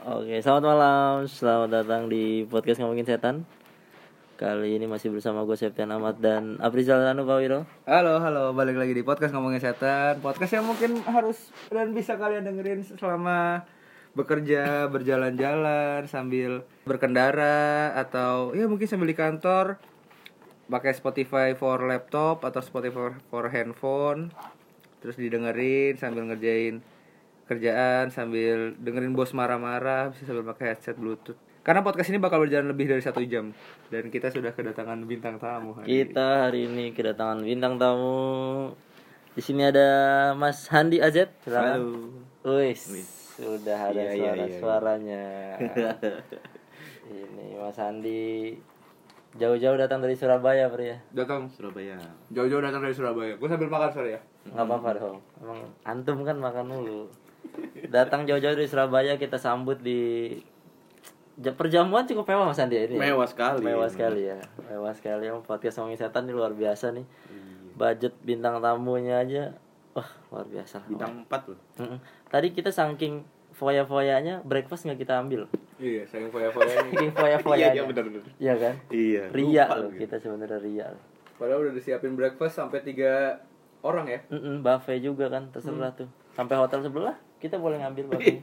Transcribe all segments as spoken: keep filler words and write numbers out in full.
Oke, selamat malam. Selamat datang di podcast Ngomongin Setan. Kali ini masih bersama gue Septian Ahmad dan Aprizal Ranu Pawiro. Halo, halo, balik lagi di podcast Ngomongin Setan. Podcast yang mungkin harus dan bisa kalian dengerin selama bekerja, berjalan-jalan, sambil berkendara, atau ya mungkin sambil di kantor. Pakai Spotify for laptop atau Spotify for handphone. Terus didengerin sambil ngerjain kerjaan, sambil dengerin bos marah-marah, bisa sambil pakai headset Bluetooth. Karena podcast ini bakal berjalan lebih dari satu jam. Dan kita sudah kedatangan bintang tamu hari Kita hari ini kedatangan bintang tamu. Di sini ada Mas Handi Azet. Silakan. Halo. Wis, sudah ada Iya, iya, iya, suara-suaranya. Ini Mas Handi jauh-jauh datang dari Surabaya, pria. Datang Surabaya. jauh-jauh datang dari Surabaya. Gue sambil makan sorry ya. Nggak apa-apa dong. Emang antum kan makan mulu. Datang jauh-jauh dari Surabaya, kita sambut di perjamuan cukup mewah Mas Andi ini. Mewah sekali. Mewah sekali ya. Mewah sekali. Yang podcast Ngomongin Setan ini luar biasa nih. Budget bintang tamunya aja wah, luar biasa. Bintang empat loh. Mm-mm. Tadi kita saking foya-foyanya breakfast nggak kita ambil. Iya, saya foya-foya ini. Saking foya-foyanya. Iya, iya benar-benar. Iya kan? Iya. Ria lupa loh gitu. kita sebenarnya ria. Padahal udah disiapin breakfast sampai tiga orang ya. Mm-mm, buffet juga kan terserah tuh. Sampai hotel sebelah kita boleh ngambil buffet.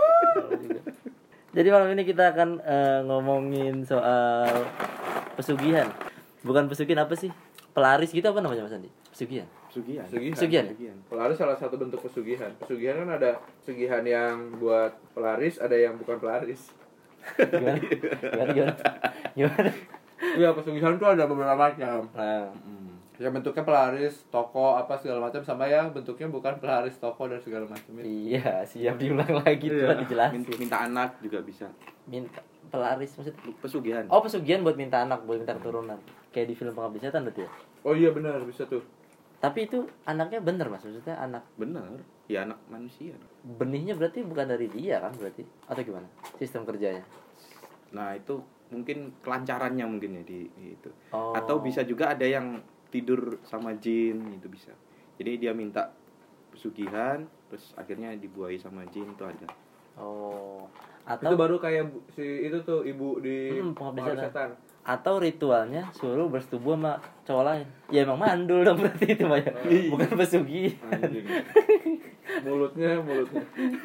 Jadi malam ini kita akan eh, ngomongin soal pesugihan. Bukan pesugihan apa sih? Pelaris gitu apa namanya Mas Andi? Pesugihan. Pesugihan. Pesugihan. Pesugihan. Pesugihan. Pelaris salah satu bentuk pesugihan. Pesugihan kan ada pesugihan yang buat pelaris, ada yang bukan pelaris. Gimana? Gimana gimana? Gimana? Iya, pesugihan tuh ada beberapa macam. Nah, Hmm. Yang bentuknya pelaris, toko apa segala macam, sama yang bentuknya bukan pelaris, toko dan segala macam. iya, siap diulang lagi tuh Iya. dijelasin. Minta, minta anak juga bisa. Minta pelaris maksudnya. Pesugihan. Oh, pesugihan buat minta anak, buat minta keturunan. Kayak di film Pengabdi Setan berarti ya. Oh iya benar, bisa tuh. Tapi itu anaknya bener Mas, maksudnya anak Benar. Ya anak manusia. benihnya berarti bukan dari dia kan berarti atau gimana sistem kerjanya? Nah, itu mungkin kelancarannya mungkin ya di, di itu. Oh. Atau bisa juga ada yang tidur sama jin, itu bisa. Jadi dia minta pesugihan, terus akhirnya dibuahi sama jin, itu ada. Oh. Itu Atau baru kayak bu- si itu tuh ibu di Hmm, Pengabdi Pengabdi Setan. Setan. atau ritualnya suruh bersetubuh sama cowok lain. Ya emang mandul dong berarti itu Maya. Bukan pesugihan. Anjing. mulutnya, mulutnya.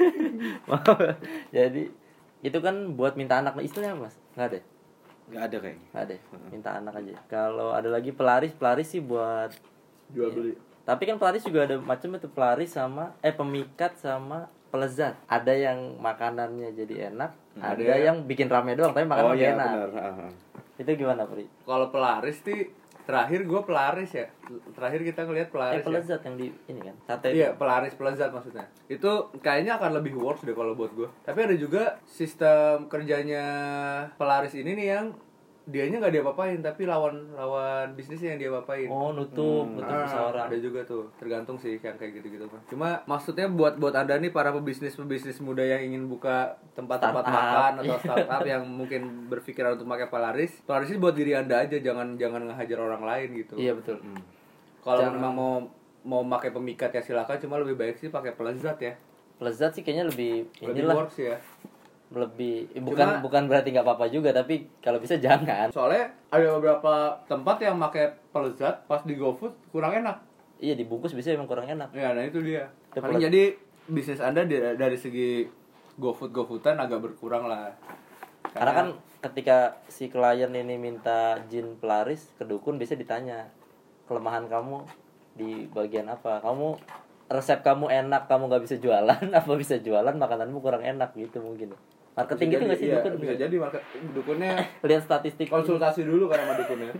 Jadi itu kan buat minta anak. Istilahnya apa, Mas? Enggak ada. Nggak ada kayaknya. Enggak ada. Minta anak aja. Kalau ada lagi pelaris, pelaris sih buat Jual beli. tapi kan pelaris juga ada macam itu pelaris sama eh pemikat sama pelezat. Ada yang makanannya jadi enak, ada, Ada yang bikin rame doang tapi makan Oh lebih iya enak. benar. Ah, ah. Itu gimana, Pri? Kalau pelaris sih terakhir gue pelaris ya. Terakhir kita ngelihat Eh pelaris. ya. pelezat yang di ini kan. Sate. Iya, pelaris pelezat maksudnya. Itu kayaknya akan lebih works deh kalau buat gue. Tapi ada juga sistem kerjanya pelaris ini nih yang dianya nggak diapa-apain, tapi lawan lawan bisnisnya yang diapa-apain. Oh, nutup, Hmm. nutup Ah, seseorang. ada juga tuh, tergantung sih yang kayak gitu-gitu kan. Cuma maksudnya buat buat anda nih para pebisnis-pebisnis muda yang ingin buka tempat-tempat Startup. makan atau startup yang mungkin berpikiran untuk pakai pelaris, pelaris ini buat diri anda aja, jangan jangan ngehajar orang lain gitu. Iya betul. Hmm. Kalau Jangan- memang mau mau pakai pemikat ya silakan, cuma lebih baik sih pakai pelezat ya. Pelezat sih kayaknya lebih Lebih inilah works ya. lebih eh, bukan Cuma- bukan berarti nggak apa-apa juga tapi kalau bisa jangan. Soalnya ada beberapa tempat yang pakai pelezat pas di GoFood kurang enak. Iya dibungkus bisa emang kurang enak. Ya, nah itu dia. Itu Paling pelezat. jadi bisnis anda di- dari segi GoFood GoFoodan agak berkurang lah. Karena kan ketika si klien ini minta jin pelaris ke dukun bisa ditanya kelemahan kamu di bagian apa. Kamu resep kamu enak, kamu nggak bisa jualan, apa bisa jualan makananmu kurang enak gitu mungkin. Marketing gitu Bisa nggak sih jadi, iya, dukun? bisa jadi market dukunnya Lihat statistik. konsultasi dulu karena sama dukunnya.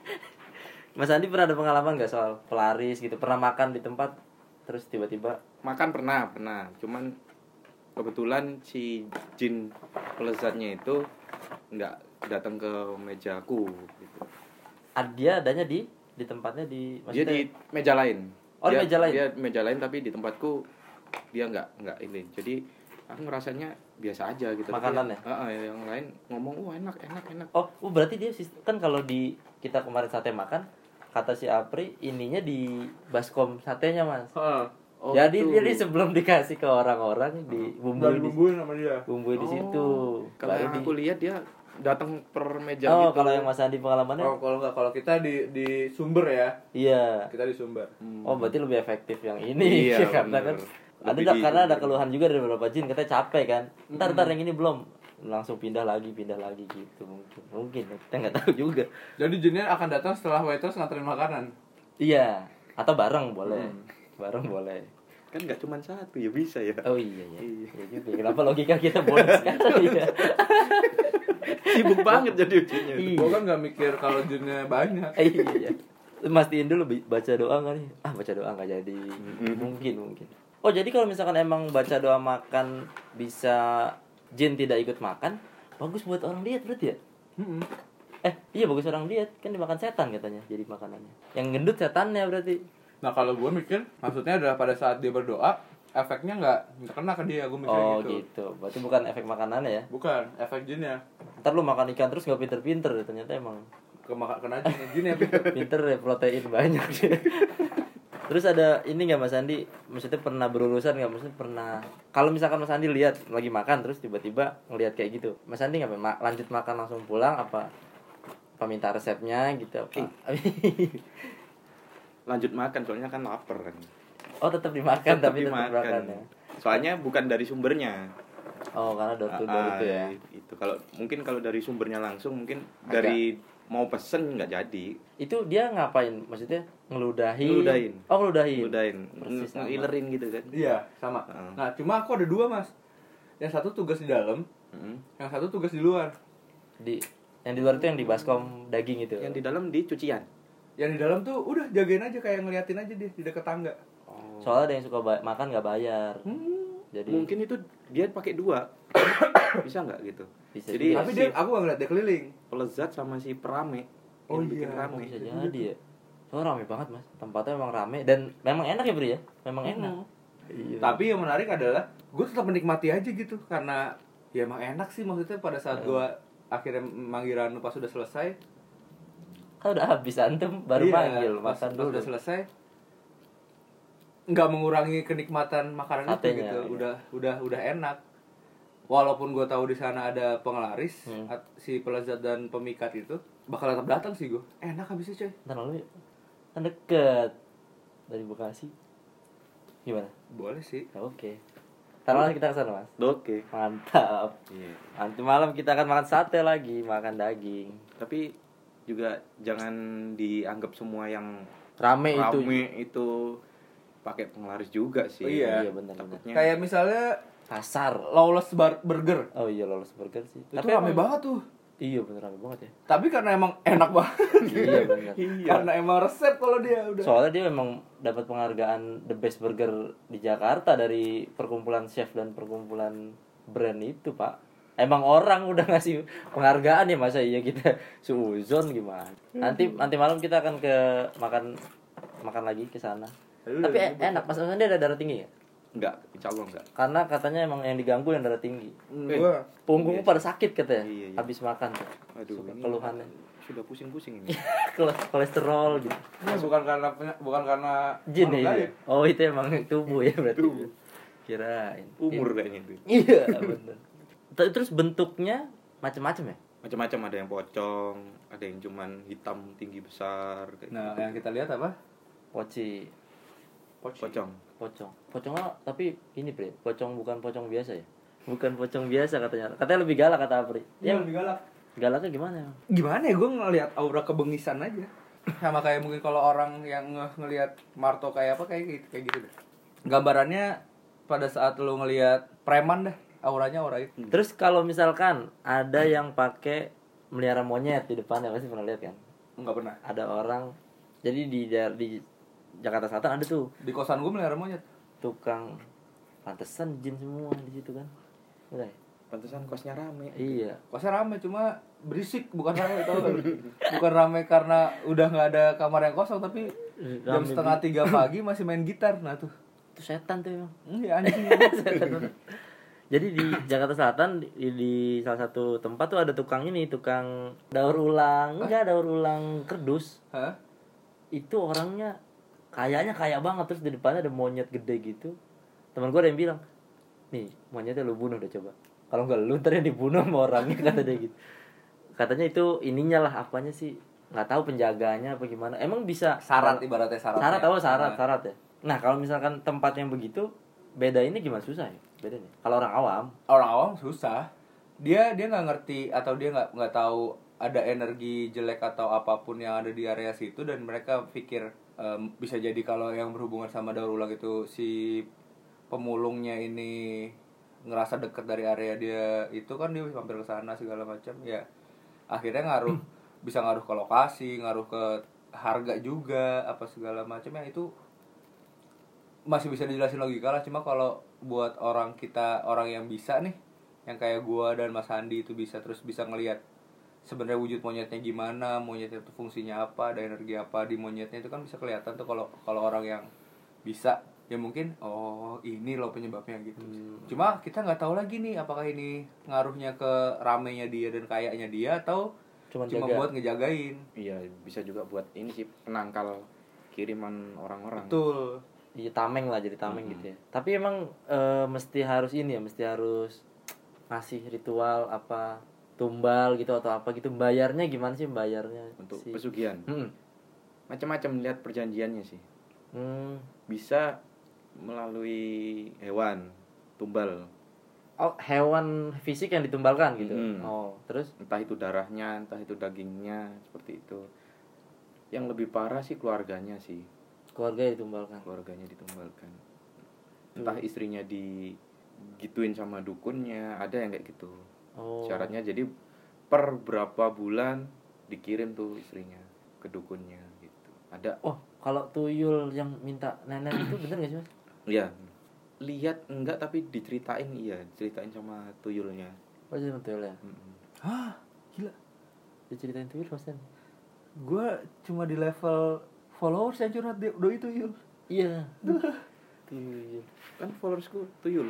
Mas Andi pernah ada pengalaman nggak soal pelaris gitu? Pernah makan di tempat terus tiba-tiba Makan pernah, pernah. Cuman kebetulan si jin pelezatnya itu nggak datang ke mejaku gitu. ah, dia adanya di di tempatnya di Dia di meja lain. Oh, di Dia- meja lain? Dia meja lain tapi di tempatku dia nggak nggak ini. Jadi aku ngerasanya biasa aja gitu. Makanannya? Tapi, Heeh, yang lain ngomong, "Wah, enak, enak, enak." Oh, oh berarti dia sistem, kan kalau di kita kemarin sate makan kata si Apri ininya di baskom satenya Mas. Heeh. Oh, jadi gitu. jadi sebelum dikasih ke orang-orang Udah dibumbui di dibumbuin sama dia. bumbui di situ. Kalau Baru yang di aku lihat dia datang per meja Oh, gitu. kalau yang Mas Andi pengalamannya? Oh, kalau enggak kalau kita di di sumber ya. Iya. Kita di sumber. Hmm. Oh, berarti lebih efektif yang ini. Iya, Karena kan bener. ada Lebih dah- di- karena ada keluhan juga dari beberapa jin, katanya capek kan. Ntar ntar yang ini belum, langsung pindah lagi, pindah lagi gitu mungkin. Mungkin kita nggak tahu juga. Jadi jinnya akan datang setelah waiters nganterin makanan. Iya, atau bareng boleh. Hmm. Bareng boleh. Kan nggak cuma satu ya bisa ya. Oh iya ya. Iya. Iya juga. Kenapa logika kita bodoh sekali ya? Sibuk banget jadi ujinya. Iya. Gua kan nggak mikir kalau jinnya banyak. Eh, iya. Mastiin dulu bi- baca doa nggak nih? Ah, baca doa nggak jadi. Mungkin mungkin. Oh, jadi kalau misalkan emang baca doa makan bisa jin tidak ikut makan, bagus buat orang diet berarti ya? Mm-mm. Eh, iya bagus orang diet, kan dimakan setan katanya jadi makanannya. Yang gendut setannya berarti. Nah kalau gue mikir, maksudnya adalah pada saat dia berdoa, efeknya nggak nggak kena ke dia. Gue mikir Oh gitu. gitu. Berarti bukan efek makanannya ya. Bukan, efek jinnya. Ntar lu makan ikan terus gak pinter-pinter, ternyata emang Kemaka kena jinnya, jinnya pinter. pinter ya, protein banyak. Terus ada ini nggak Mas Andi? Maksudnya pernah berurusan nggak? Maksudnya pernah. Kalau misalkan Mas Andi lihat lagi makan terus tiba-tiba ngelihat kayak gitu, Mas Andi ngapain? Ma- lanjut makan langsung pulang apa? Apa minta resepnya gitu apa? Lanjut makan soalnya kan lapar kan. Oh tetap dimakan Tetap tapi tetap dimakan. makan ya. Soalnya bukan dari sumbernya. Oh karena door to door Ah, itu ya. Itu kalau mungkin kalau dari sumbernya langsung mungkin Agak. dari mau pesen nggak jadi. Itu dia ngapain? Maksudnya ngeludahin? Ngeludahin. Oh ngeludahin. Udahin, Persis sama. ngilerin gitu kan. Iya, sama. Heeh. Nah cuma aku ada dua mas. Yang satu tugas di dalam, Mm-mm. yang satu tugas di luar. Di yang di luar itu yang di baskom daging itu. Yang di dalam di cucian. Yang di dalam tuh udah jagain aja, kayak ngeliatin aja dia di dekat tangga. Oh. Soalnya ada yang suka ba- makan nggak bayar. Hmm. Jadi Mungkin itu dia pakai dua. Bisa nggak gitu? Bisa Jadi juga. Tapi si dia, aku gak ngeliat dia keliling. pelezat sama si perame. Oh yang bikin iya. rame. bisa jadi ya. Soalnya rame banget mas. Tempatnya memang rame dan memang enak ya Bri ya. Memang enak. Iya. Tapi yang menarik adalah gue tetap menikmati aja gitu, karena ya emang enak sih maksudnya pada saat gue akhirnya manggil Ranu pas sudah selesai. kan udah habis antum baru Iya, manggil pas makan pas dulu. udah selesai, nggak mengurangi kenikmatan makanan itu Satenya, gitu. iya. Udah udah udah enak. Walaupun gue tahu di sana ada penglaris, Hmm. at- si pelezat dan pemikat itu bakal tetap datang sih gue. Enak habisnya coy. Ntar lalu ya. Kan deket dari Bekasi. Gimana? Boleh sih. Oke. Ntar malam kita kesana mas. Oke. Mantap. Iya. Nanti malam kita akan makan sate lagi, makan daging. Tapi juga jangan dianggap semua yang Rame, itu. rame itu pakai penglaris juga sih. Oh, iya. Iya benar benar. Takutnya Kayak misalnya Pasar. Lawless Bar- Burger. Oh iya lolos burger sih. Itu rame emang- banget tuh. Iya bener rame banget ya. Tapi karena emang enak banget. Iya benar. Karena emang resep kalau dia udah. Soalnya dia memang dapat penghargaan the best burger di Jakarta dari perkumpulan chef dan perkumpulan brand itu, Pak. Emang orang udah ngasih penghargaan ya, masa iya kita suuzon gimana? Nanti nanti malam kita akan ke makan makan lagi ke sana. Aduh, Tapi udah, e- enak, maksudnya dia ada darah tinggi ya? enggak, insya Allah enggak. Karena katanya emang yang diganggu yang darah tinggi. Gua Punggungnya pada sakit katanya. Iya, iya. Habis makan tuh. Aduh, Suka ini keluhannya. sudah pusing-pusing ini. Kole- Kolesterol gitu. ini bukan karena penya- bukan karena Jin makhluk ya. gaib. Oh, itu emang tubuh ya berarti. Tubuh. Kirain. Umur kayaknya itu. Iya, benar. Ter- Terus bentuknya macam-macam ya? Macam-macam, ada yang pocong, ada yang cuman hitam tinggi besar kayak Nah, gitu. yang kita lihat apa? Poci, Pocong. pocong. Pocongnya tapi ini, Pri. Pocong bukan pocong biasa ya? Bukan pocong biasa katanya. Katanya lebih galak kata Pri. Dia Dia lebih galak. galaknya gimana emang? Gimana ya, gue ngelihat aura kebengisan aja. Sama kayak mungkin kalau orang yang nge- ngelihat Marto kayak apa, kayak gitu, kayak gitu deh. Gambarannya pada saat lu ngelihat preman dah, auranya aura itu. Terus kalau misalkan ada yang pakai melihara monyet di depannya, pasti pernah lihat kan? Enggak pernah. Ada orang jadi di daer- di Jakarta Selatan ada tuh Di kosan gue melihara monyet. tukang pantesan jin semua di situ kan. Udah ya? Pantesan kosnya rame. Iya. Kosnya rame, cuma berisik, bukan rame, tau gak lu? Bukan rame karena udah nggak ada kamar yang kosong, tapi jam Rame setengah tiga pagi masih main gitar. Nah tuh, Itu setan tuh emang. iya anjing. Jadi di Jakarta Selatan di, di salah satu tempat tuh ada tukang ini, tukang daur ulang, enggak daur ulang kerdus. Hah? Itu orangnya kayaknya kaya banget, terus di depannya ada monyet gede gitu. Teman gue ada yang bilang, nih monyetnya lu bunuh udah coba, kalau nggak lu ntar yang dibunuh sama orangnya kata dia gitu. Katanya itu ininya lah, apanya sih nggak tahu, penjaganya apa gimana, emang bisa Syarat ibaratnya syarat. syarat tahu syarat Nah. syarat ya. Nah kalau misalkan tempat yang begitu beda ini gimana, susah ya bedanya kalau orang awam. Orang awam susah. Dia dia nggak ngerti atau dia nggak nggak tahu ada energi jelek atau apapun yang ada di area situ, dan mereka pikir em, bisa jadi kalau yang berhubungan sama daur ulang itu si pemulungnya ini ngerasa deket dari area dia itu kan, dia hampir ke sana segala macam ya, akhirnya ngaruh bisa ngaruh ke lokasi, ngaruh ke harga juga apa segala macam ya. Itu masih bisa dijelasin logika lah, cuma kalau buat orang kita, orang yang bisa nih, yang kayak gua dan Mas Handi itu bisa terus bisa ngelihat sebenarnya wujud monyetnya gimana, monyetnya itu fungsinya apa, ada energi apa di monyetnya, itu kan bisa kelihatan tuh kalau kalau orang yang bisa ya mungkin oh ini loh penyebabnya gitu. Hmm. Cuma kita nggak tahu lagi nih apakah ini ngaruhnya ke ramenya dia dan kayaknya dia, atau Cuman cuma jaga. buat ngejagain. Iya, bisa juga buat ini sih, penangkal kiriman orang-orang. Betul. Iya, tameng lah, jadi tameng Hmm. gitu ya. Tapi emang e, mesti harus ini ya, mesti harus ngasih ritual apa, tumbal gitu atau apa gitu. Bayarnya gimana sih bayarnya? Untuk sih? pesugihan. Hmm. Macam-macam lihat perjanjiannya sih. Hmm. Bisa melalui hewan, tumbal. Oh, hewan fisik yang ditumbalkan gitu. Hmm. Oh, terus Entah itu darahnya, entah itu dagingnya, seperti itu. Yang lebih parah sih keluarganya sih. keluarga yang ditumbalkan. Keluarganya ditumbalkan. Entah istrinya digituin sama dukunnya, ada yang kayak gitu. Oh. Syaratnya jadi per berapa bulan dikirim tuh istrinya ke dukunnya gitu. Ada. Oh, kalau tuyul yang minta nenek itu bener gak sih, Mas? Iya. Lihat enggak tapi diceritain, iya, diceritain sama tuyulnya. Oh, jadi tuyul ya. Mm-mm. Hah, gila. Diceritain tuyul maksudnya. Gue cuma di level followers yang curhat di doi tuyul. Iya. Tuyul. Kan followersku tuyul.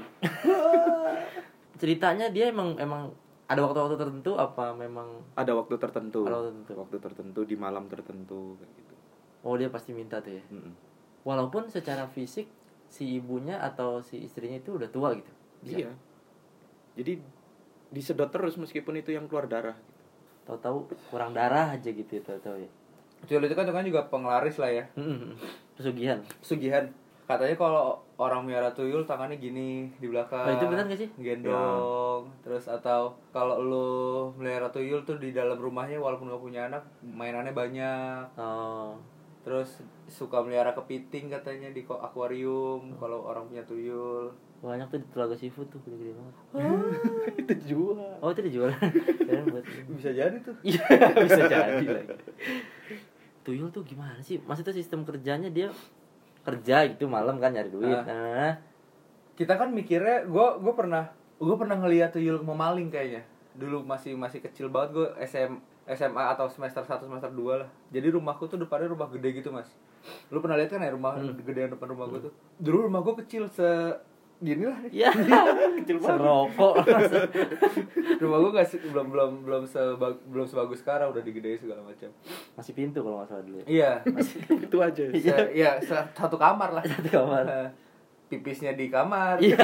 Ceritanya dia emang emang ada waktu-waktu tertentu apa memang Ada waktu tertentu. Ada waktu tertentu. Waktu tertentu di malam tertentu kayak gitu. oh dia pasti minta tuh ya. Mm-mm. Walaupun secara fisik si ibunya atau si istrinya itu udah tua gitu. Bisa. Iya. Jadi disedot terus meskipun itu yang keluar darah gitu. Tahu-tahu kurang darah aja gitu ya, tahu-tahu ya. Tuyul itu kan kan juga penglaris lah ya. Mm-mm. Pesugihan. Pesugihan. Katanya kalau orang miara tuyul tangannya gini di belakang. Oh, itu benar nggak sih? Gendong. Terus atau kalau lu melihara tuyul tuh di dalam rumahnya walaupun gak punya anak, mainannya banyak. Oh. Terus suka melihara kepiting katanya di ko- akuarium kalau orang punya tuyul. Banyak tuh di Telaga Seafood tuh gede-gede banget. Itu jual. Oh, itu dijual. Keren buat ini. Bisa jadi tuh. Iya, bisa jadi lagi. Tuyul tuh gimana sih? Maksudnya sistem kerjanya dia kerja gitu malam kan nyari duit. Ah. Nah, Kita kan mikirnya, gue gue pernah gue pernah ngeliat tuyul mau maling kayaknya. Dulu masih masih kecil banget gue S M S M A atau semester satu semester dua lah. Jadi rumahku tuh depannya rumah gede gitu, Mas. Lu pernah lihat kan ya rumah Hmm. gedean depan rumah gue tuh. Dulu rumah gue kecil se gini lah. ya kecil banget. Serokok. Rumah gue nggak se- belum belum belum sebag, belum sebagus sekarang, udah digedein segala macam. Masih pintu kalau nggak salah dulu ya. Iya. Itu aja. Se, ya se- satu kamar lah. Satu kamar. Nah, pipisnya di kamar. Iya.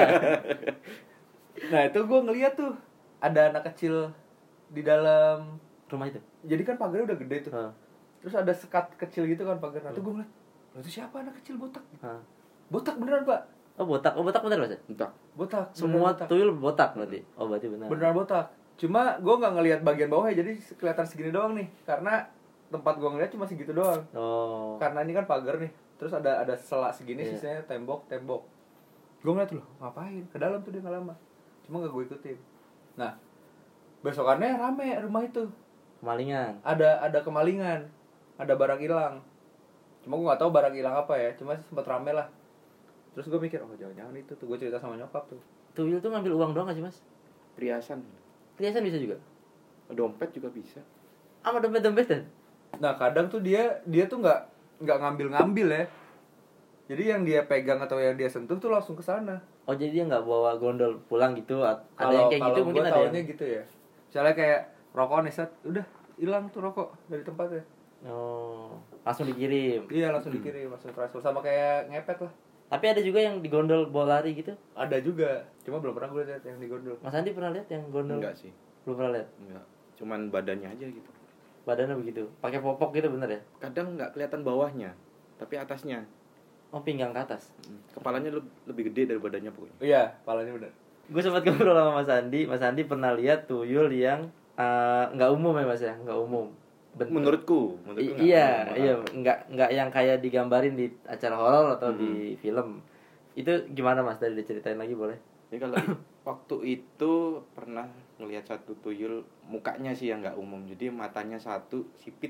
Nah itu gue ngeliat tuh ada anak kecil di dalam. Rumah itu. Jadi kan pagarnya udah gede tuh. Hah. Terus ada sekat kecil gitu kan pagar. Nah, tuh gue ngeliat, "Loh, itu siapa anak kecil botak?" Hah. Botak beneran, Pak. Oh, botak. Oh, botak bener Mas? Entah. Botak. Semua beneran botak. tuyul botak berarti. Oh, berarti benar. Beneran botak. Cuma gue nggak ngelihat bagian bawahnya, jadi kelihatan segini doang nih. Karena tempat gue ngeliat cuma segitu doang. Oh. Karena ini kan pagar nih. Terus ada ada selak segini, Iya. sisanya tembok, tembok. Gue ngeliat loh, ngapain? Ke dalam tuh dia nggak lama. Cuma gak gue ikutin. Nah, besokannya rame rumah itu. Kemalingan. Ada ada kemalingan, ada barang hilang. Cuma gue nggak tahu barang hilang apa ya. Cuma sempat rame lah. Terus gue mikir, oh jangan-jangan itu tuh. Gue cerita sama nyokap tuh. Tuyul tuh ngambil uang doang gak sih, Mas? Perhiasan. Perhiasan bisa juga. Dompet juga bisa. Sama dompet-dompetan. Nah kadang tuh dia dia tuh nggak nggak ngambil-ngambil ya. Jadi yang dia pegang atau yang dia sentuh tuh langsung ke sana. Oh, jadi dia nggak bawa gondol pulang gitu. Ada Kalau yang kayak gitu kalau mungkin gue ada yang taunya gitu ya. Misalnya kayak rokok nih set, udah hilang tuh rokok dari tempatnya. Oh, langsung dikirim. Iya langsung dikirim, langsung transfer sama kayak ngepet lah. Tapi ada juga yang digondol bawa lari gitu. Ada juga, cuma belum pernah gue lihat yang digondol. Mas Andi pernah lihat yang gondol? Enggak sih. Belum pernah lihat. Enggak. Cuman badannya aja gitu. Badannya begitu. Pakai popok gitu bener ya? Kadang nggak kelihatan bawahnya, tapi atasnya. Oh, pinggang ke atas. Kepalanya le- lebih gede dari badannya pokoknya. Iya, palanya bener. Gue sempat ngobrol sama Mas Andi. Mas Andi pernah lihat tuyul yang eh, nggak umum ya Mas ya, nggak umum. Bentuk- Menurutku, menurutku I- nggak iya, normal. iya, nggak nggak yang kayak digambarin di acara horor atau Hmm. di film. Itu gimana Mas? Tadi diceritain lagi boleh? Jadi kalau waktu itu pernah ngelihat satu tuyul, mukanya sih yang nggak umum. Jadi matanya satu sipit,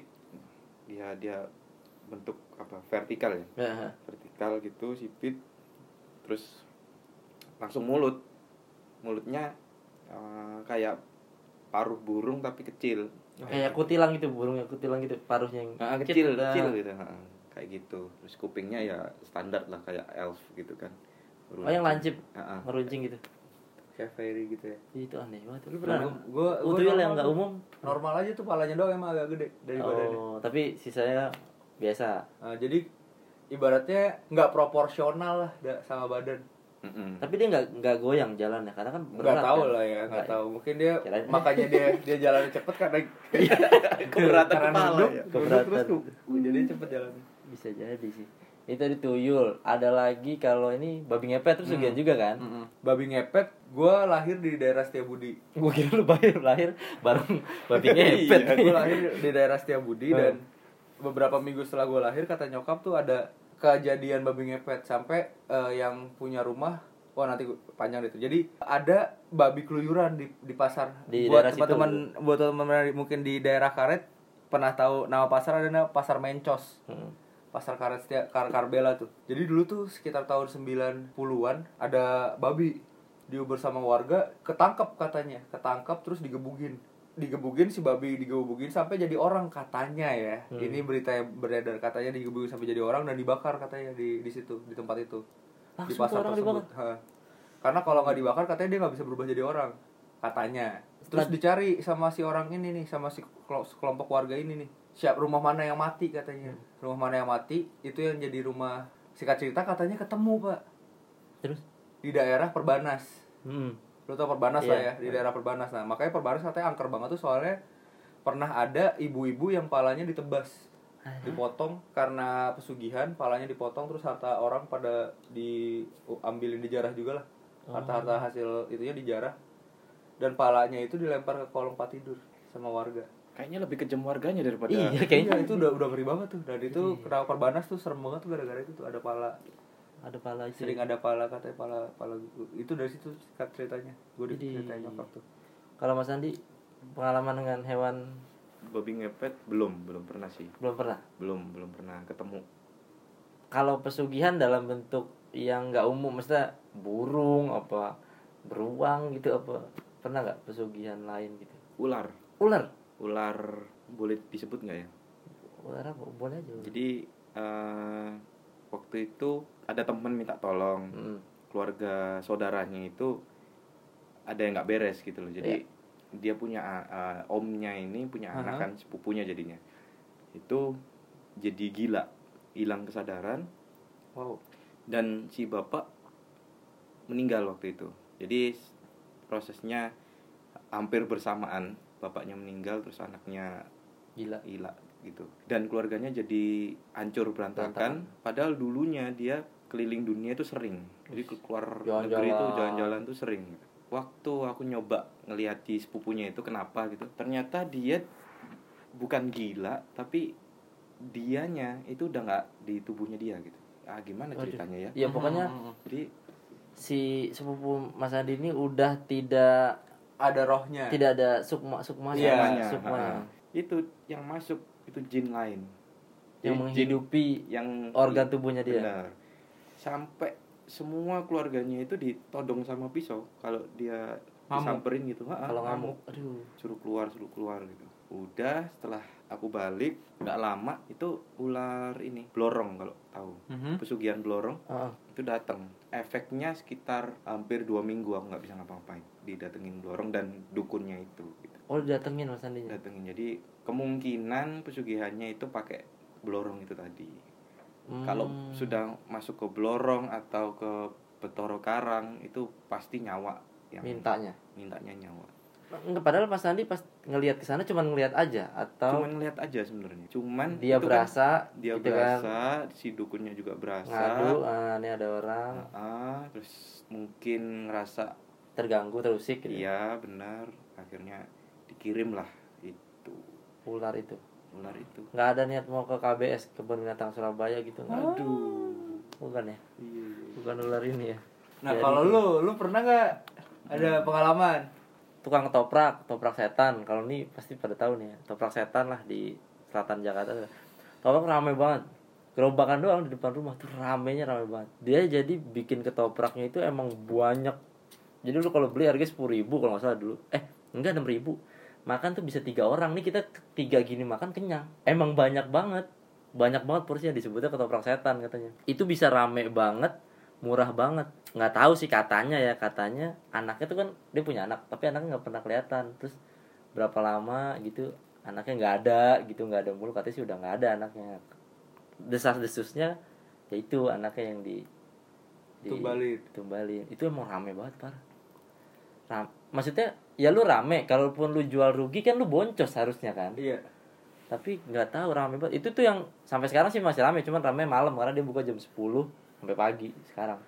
dia dia bentuk apa vertikal ya, Ya. vertikal gitu sipit, terus langsung mulut, mulutnya eh, kayak paruh burung tapi kecil. Kayak kutilang gitu, burungnya kutilang gitu, paruhnya yang Ah, kecil, Nah. kecil gitu. Ha, kayak gitu. Terus kupingnya ya standar lah kayak elf gitu kan. Oh, yang lancip, Ha, ha. ngeruncing gitu. Kayak fairy gitu ya. Itu aneh banget. Lu Pernah? pernah? Gua Oh, gua tuyul normal yang nggak tuh. umum. Normal aja tuh palanya doang emang agak gede dari badannya. Oh, tapi sisanya biasa. Nah, jadi ibaratnya nggak proporsional lah da- sama badan. Mm-mm. Tapi dia nggak nggak goyang jalannya karena kan Nggak berat, tahu kan? lah ya, nggak Nggak- tahu. Mungkin dia Kirain- makanya dia dia jalan cepet karena Keberatan karena kepala nunduk, ya. nunduk Keberatan. terus tuh. Jadi cepet jalannya. Bisa jadi sih. Itu tadi tuyul. Ada lagi kalau ini babi ngepet terus Hmm. juga kan? Babi ngepet, gue lahir di daerah Setiabudi. Gue kira lu lahir lahir bareng babi ngepet. Iya, Gue lahir di daerah Setiabudi Hmm. dan beberapa minggu setelah gue lahir kata nyokap tuh ada kejadian babi ngepet sampai eh, yang punya rumah, wah nanti gua- panjang itu. Jadi ada babi keluyuran di di pasar. Di buat daerah situ. teman-teman buat teman-teman mungkin di daerah Karet pernah tahu nama pasar ada nama Pasar Mencos. Hmm. Pasar Karet Setia Kar Karbela tuh. Jadi dulu tuh sekitar tahun sembilan puluhan ada babi diuber sama warga, ketangkep katanya, ketangkep terus digebugin. Digebugin si babi digebugin sampai jadi orang katanya ya. Hmm. Ini berita yang beredar katanya digebugin sampai jadi orang dan dibakar katanya di di situ, di tempat itu. di Langsung pasar tuh orang tersebut. dibakar? Ha. Karena kalau nggak dibakar katanya dia nggak bisa berubah jadi orang katanya. Terus Setelah- dicari sama si orang ini nih, sama si kelo- kelompok warga ini nih. Siap rumah mana yang mati katanya. Rumah mana yang mati itu yang jadi rumah. Singkat cerita katanya ketemu, Pak, Terus? di daerah Perbanas. Hmm. Lu tau Perbanas lah Iya. ya, di daerah Perbanas. Nah, makanya Perbanas katanya angker banget tuh soalnya pernah ada ibu-ibu yang palanya ditebas, dipotong karena pesugihan, palanya dipotong terus harta orang pada diambilin di jarah juga lah. Harta-harta hasil itunya dijarah. Dan palanya itu dilempar ke kolong tempat tidur sama warga. Kayaknya lebih kejam warganya daripada Iya, Kayaknya kayaknya itu udah udah ngeri banget tuh. Dan itu kenapa Perbanas tuh serem banget tuh gara-gara itu tuh ada pala. ada pala itu. Sering ada pala katanya pala pala itu dari situ ceritanya. Gue Jadi- diceritain nyokap tuh. Kalau Mas Andi pengalaman dengan hewan babi ngepet belum, belum pernah sih. belum pernah. Belum, belum pernah ketemu. Kalau pesugihan dalam bentuk yang nggak umum, maksudnya burung apa beruang gitu apa pernah nggak pesugihan lain gitu? Ular. Ular. Ular boleh disebut nggak ya? Ular apa? Boleh aja. Jadi eh, waktu itu ada temen minta tolong, Hmm. keluarga saudaranya itu ada yang nggak beres gitu loh. Jadi dia punya eh, omnya ini punya Aha. anak kan, sepupunya jadinya. Itu jadi gila, hilang kesadaran Wow. dan si bapak meninggal waktu itu. Jadi prosesnya hampir bersamaan, bapaknya meninggal terus anaknya Gila. gila gitu, dan keluarganya jadi hancur berantakan. Padahal dulunya dia keliling dunia itu sering, jadi ke- keluar Jalan-jalan. negeri itu jalan-jalan tuh sering. Waktu aku nyoba ngelihat di sepupunya itu kenapa gitu, ternyata dia bukan gila tapi dianya itu udah nggak di tubuhnya dia gitu. Ah gimana Waduh. ceritanya ya? Ya pokoknya Jadi si sepupu Mas Andi ini udah tidak Ada rohnya. tidak ada sukma sukma Iya, namanya, sukmanya ha, itu yang masuk itu jin lain yang Jadi menghidupi jin yang organ tubuhnya dia. benar. Sampai semua keluarganya itu ditodong sama pisau kalau dia Ngamuk. disamperin gitu. Ha, Kalau ngamuk. ngamuk, aduh. Suruh keluar, suruh keluar gitu. Udah setelah aku balik nggak lama itu ular ini blorong kalau tahu. Mhm. Pesugihan blorong Heeh. itu datang. Efeknya sekitar hampir dua minggu aku nggak bisa ngapa-ngapain. Didatengin blorong dan dukunnya itu gitu. Oh didatengin Mas Sandinya. Datengin. Jadi kemungkinan pesugihannya itu pakai blorong itu tadi. Hmm. Kalau sudah masuk ke blorong atau ke Betoro Karang itu pasti nyawa yang mintanya. Mintanya nyawa. Enggak, padahal Mas Sandi pas ngelihat ke sana cuma ngelihat aja atau cuman ngelihat aja sebenarnya. Cuman dia itu berasa, kan, dia gitu berasa, kan, si dukunnya juga berasa. ngadu, ah, ini ada orang. Ah, terus mungkin ngerasa terganggu, terusik gitu. Iya, benar. Akhirnya dikirim lah itu. Ular itu. Ular itu. Nggak ada niat mau ke K B S, Kebun Binatang Surabaya gitu. Aduh. Bukan ya? Iya. Bukan ular ini ya. Nah, Jadi, kalau lu, lu pernah nggak ada pengalaman? tukang ketoprak, ketoprak setan. Kalau ini pasti pada tahu nih ya. Ketoprak setan lah di selatan Jakarta. Ketoprak rame banget. Gerobakan doang di depan rumah tuh ramenya rame banget. Dia jadi bikin ketopraknya itu emang banyak. Jadi lu kalau beli harganya sepuluh ribu kalau nggak salah dulu. Eh, enggak enam ribu. Makan tuh bisa tiga orang. Nih kita tiga gini makan kenyang. Emang banyak banget. Banyak banget porsinya, disebutnya ketoprak setan katanya. Itu bisa rame banget, murah banget. Nggak tahu sih katanya ya, katanya anaknya tuh kan dia punya anak, tapi anaknya nggak pernah kelihatan. Terus berapa lama gitu anaknya nggak ada gitu, nggak ada mulu, katanya sih udah nggak ada anaknya. Desas-desusnya ya itu anaknya yang di Tumbalin. Tumbalin. Itu emang rame banget parah. Ram, maksudnya ya lu rame, kalaupun lu jual rugi kan lu boncos harusnya kan. Iya. Tapi nggak tahu rame banget. Itu tuh yang sampai sekarang sih masih rame, cuman rame malam karena dia buka jam sepuluh sampai pagi. Sekarang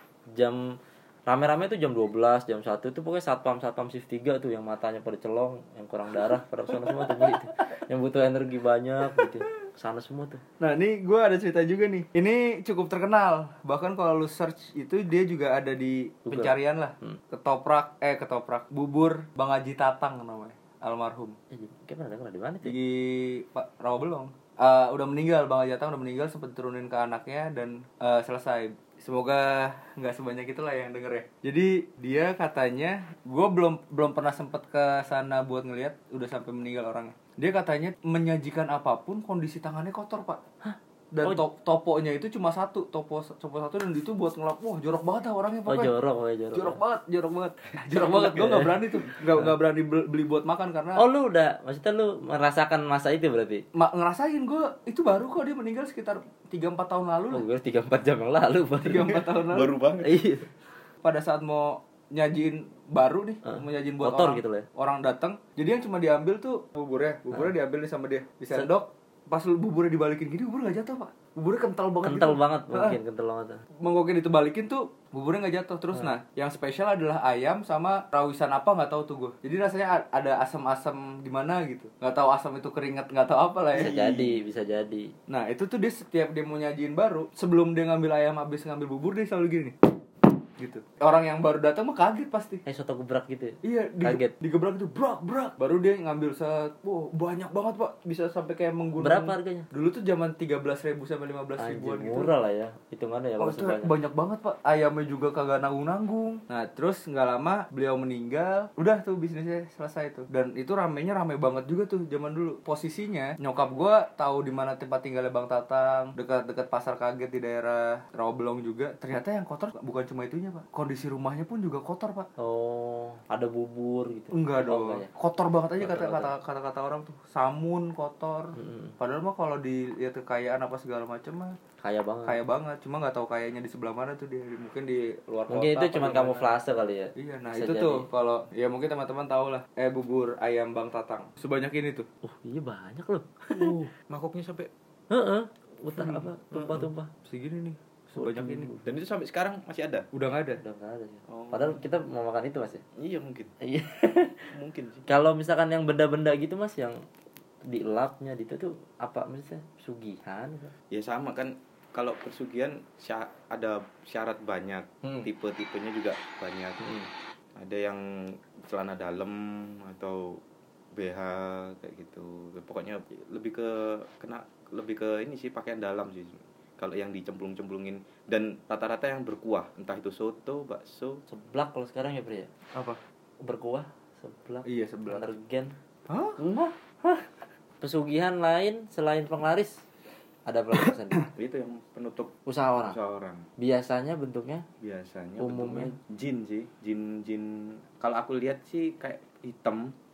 jam rame-rame tuh jam dua belas, jam satu itu pokoknya satpam satpam shift tiga tuh yang matanya pada celong, yang kurang darah pada kesana semua tuh gitu. Yang butuh energi banyak gitu. Kesana semua tuh. Nah, ini gue ada cerita juga nih. Ini cukup terkenal. Bahkan kalau lu search itu dia juga ada di Google. pencarian lah. Hmm. Ketoprak, eh ketoprak, bubur Bang Haji Tatang namanya. Almarhum. Eh, kayak pernah dengar di mana tuh? Di Pak Rawabelong. Uh, udah meninggal, Bang Haji Tatang udah meninggal, sempat turunin ke anaknya dan uh, selesai. Semoga nggak sebanyak itulah yang denger ya. Jadi dia katanya, gue belum belum pernah sempet ke sana buat ngeliat, udah sampai meninggal orangnya. Dia katanya menyajikan apapun kondisi tangannya kotor, Pak. Hah? Dan Oh. to- toponya itu cuma satu, topo topo satu, dan itu buat ngelap. Wah, jorok banget dah orangnya Oh pokoknya. jorok, oh jorok. Jorok banget, jorok banget. Jorok banget. Gue nggak berani tuh, nggak nggak berani beli buat makan karena. Oh lu udah, maksudnya lu merasakan masa itu berarti? Ma- ngerasain gue itu baru kok, dia meninggal sekitar tiga empat tahun lalu Oh lah. gue tiga empat jam yang lalu baru. tiga empat tahun lalu. Baru banget. Iya. Pada saat mau nyajiin baru nih, Uh, mau nyajiin buat kotor orang, gitu loh ya. orang datang. Jadi yang cuma diambil tuh buburnya, buburnya diambil nih sama dia, di sendok. Pas lu buburnya dibalikin gini, bubur gak jatuh, Pak. Buburnya kental banget. Kental gitu. banget Ah, mungkin, kental banget. Menggokin itu balikin tuh buburnya nggak jatuh terus. Hmm. Nah, yang spesial adalah ayam sama rawisan apa nggak tahu tuh gue. Jadi rasanya a- ada asam-asam di mana gitu. Nggak tahu asam itu keringat, nggak tahu apa lah ya. Bisa jadi, bisa jadi. Nah, itu tuh dia setiap dia mau nyajiin baru, sebelum dia ngambil ayam habis ngambil bubur, dia selalu gini nih. Gitu. Orang yang baru datang mah kaget pasti. Eh soto gebrak gitu ya? Iya, dige- Kaget. digebrak itu brak brak. Baru dia ngambil set, wow, banyak banget, Pak. Bisa sampai kayak menggunung. Berapa harganya? Dulu tuh zaman tiga belas ribu sampai lima belas ribuan Anjir gitu. murah lah ya, hitungannya ya Oh, kalau itu sebanyak. banyak banget, Pak. Ayamnya juga kagak nanggung-nanggung. Nah, terus nggak lama beliau meninggal. Udah tuh bisnisnya selesai tuh. Dan itu ramenya rame banget juga tuh zaman dulu. Posisinya nyokap gua tahu di mana tempat tinggalnya Bang Tatang, dekat-dekat Pasar Kaget di daerah Rawabelong juga. Ternyata yang kotor bukan cuma itunya, Pak. Kondisi rumahnya pun juga kotor, Pak. Oh, ada bubur gitu. Enggak Oh, dong. enggak ya? Kotor banget aja Kotor, kata kata kata kata orang tuh. Samun kotor. Mm-mm. Padahal mah kalau dilihat kekayaan apa segala macam mah Kaya banget. kaya banget. Cuma nggak tahu kayanya di sebelah mana tuh dia. Mungkin di luar Mungkin kota. itu cuma apa di mana. kamuflase kali ya. Iya, nah Bisa itu jadi. tuh kalau ya mungkin teman-teman tahu lah. Eh bubur ayam Bang Tatang. Sebanyak ini tuh. Oh, iya banyak loh. Uh, mangkoknya sampai Heeh. Utah apa? Tumpah-tumpah. Segini nih. Sebanyak ini. dan itu sampai sekarang masih ada. Udah nggak ada. Udah enggak ada sih. Oh. Padahal kita mau makan itu Mas ya. Iya mungkin. Iya. Mungkin sih. Kalau misalkan yang benda-benda gitu Mas yang dielapnya itu tuh apa maksudnya? Sugihan gitu. Ya sama kan, kalau persugihan sya- ada syarat banyak, Hmm. tipe-tipenya juga banyak. Hmm. Ada yang celana dalam atau B H kayak gitu. Pokoknya lebih ke kena lebih ke ini sih, pakaian dalam sih. Kalau yang dicemplung-cemplungin dan rata-rata yang berkuah, entah itu soto, bakso. Seblak kalau sekarang ya, Bre ya. Apa? Berkuah, seblak. Iya, seblak. Energen. Hah? Hah? Hah? Pesugihan lain selain penglaris ada apa lagi Mas Andi? Itu yang penutup Usaha orang. usaha orang. Biasanya bentuknya Biasanya Umumnya? bentuknya jin sih, jin jin. Kalau aku lihat sih kayak hitam,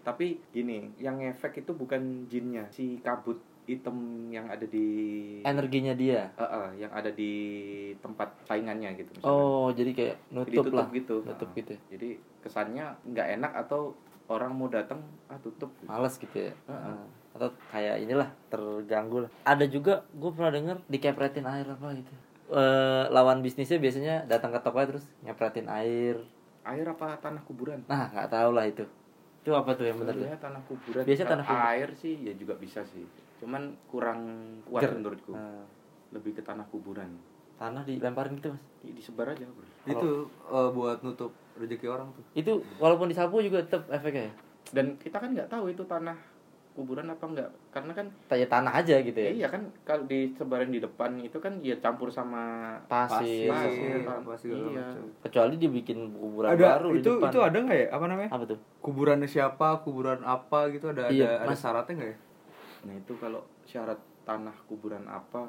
Tapi gini, yang ngefek itu bukan jinnya, si kabut hitam yang ada di Energinya dia. Eh, eh, yang ada di tempat saingannya gitu misalnya. Oh, jadi kayak Jadi nutup tutup lah. gitu. Nutup Ah. gitu ya. Jadi kesannya nggak enak atau orang mau datang ah tutup gitu. Males gitu ya. Heeh. Nah, atau kayak inilah terganggu lah. Ada juga gue pernah denger dikepretin air apa gitu. Eh, lawan bisnisnya biasanya datang ke toko terus ngepretin air. Air apa tanah kuburan? Nah, nggak tahu lah itu. Itu apa tuh yang bener tuh? Sebenarnya tanah kuburan. Biasanya Kalau tanah kuburan. air sih ya juga bisa sih. Cuman kurang kuat Ger. menurutku. Nah, Lebih ke tanah kuburan. tanah dilemparin gitu, Mas. Ya, disebar aja, Bro. Itu eh, buat nutup rezeki orang tuh. Itu walaupun disapu juga tetap efeknya ya. Dan kita kan nggak tahu itu tanah kuburan apa enggak. Karena kan Ya tanah aja gitu ya. iya kan kalau disebarin di depan itu kan ya campur sama Pasir. pasir, apa segala iya. macam. Kecuali dia bikin kuburan Ada baru di itu depan. itu ada nggak ya? Apa namanya? Apa tuh? Kuburannya siapa, kuburan apa gitu ada Iya, ada, ada Mas. syaratnya nggak ya? Nah itu kalau syarat tanah kuburan apa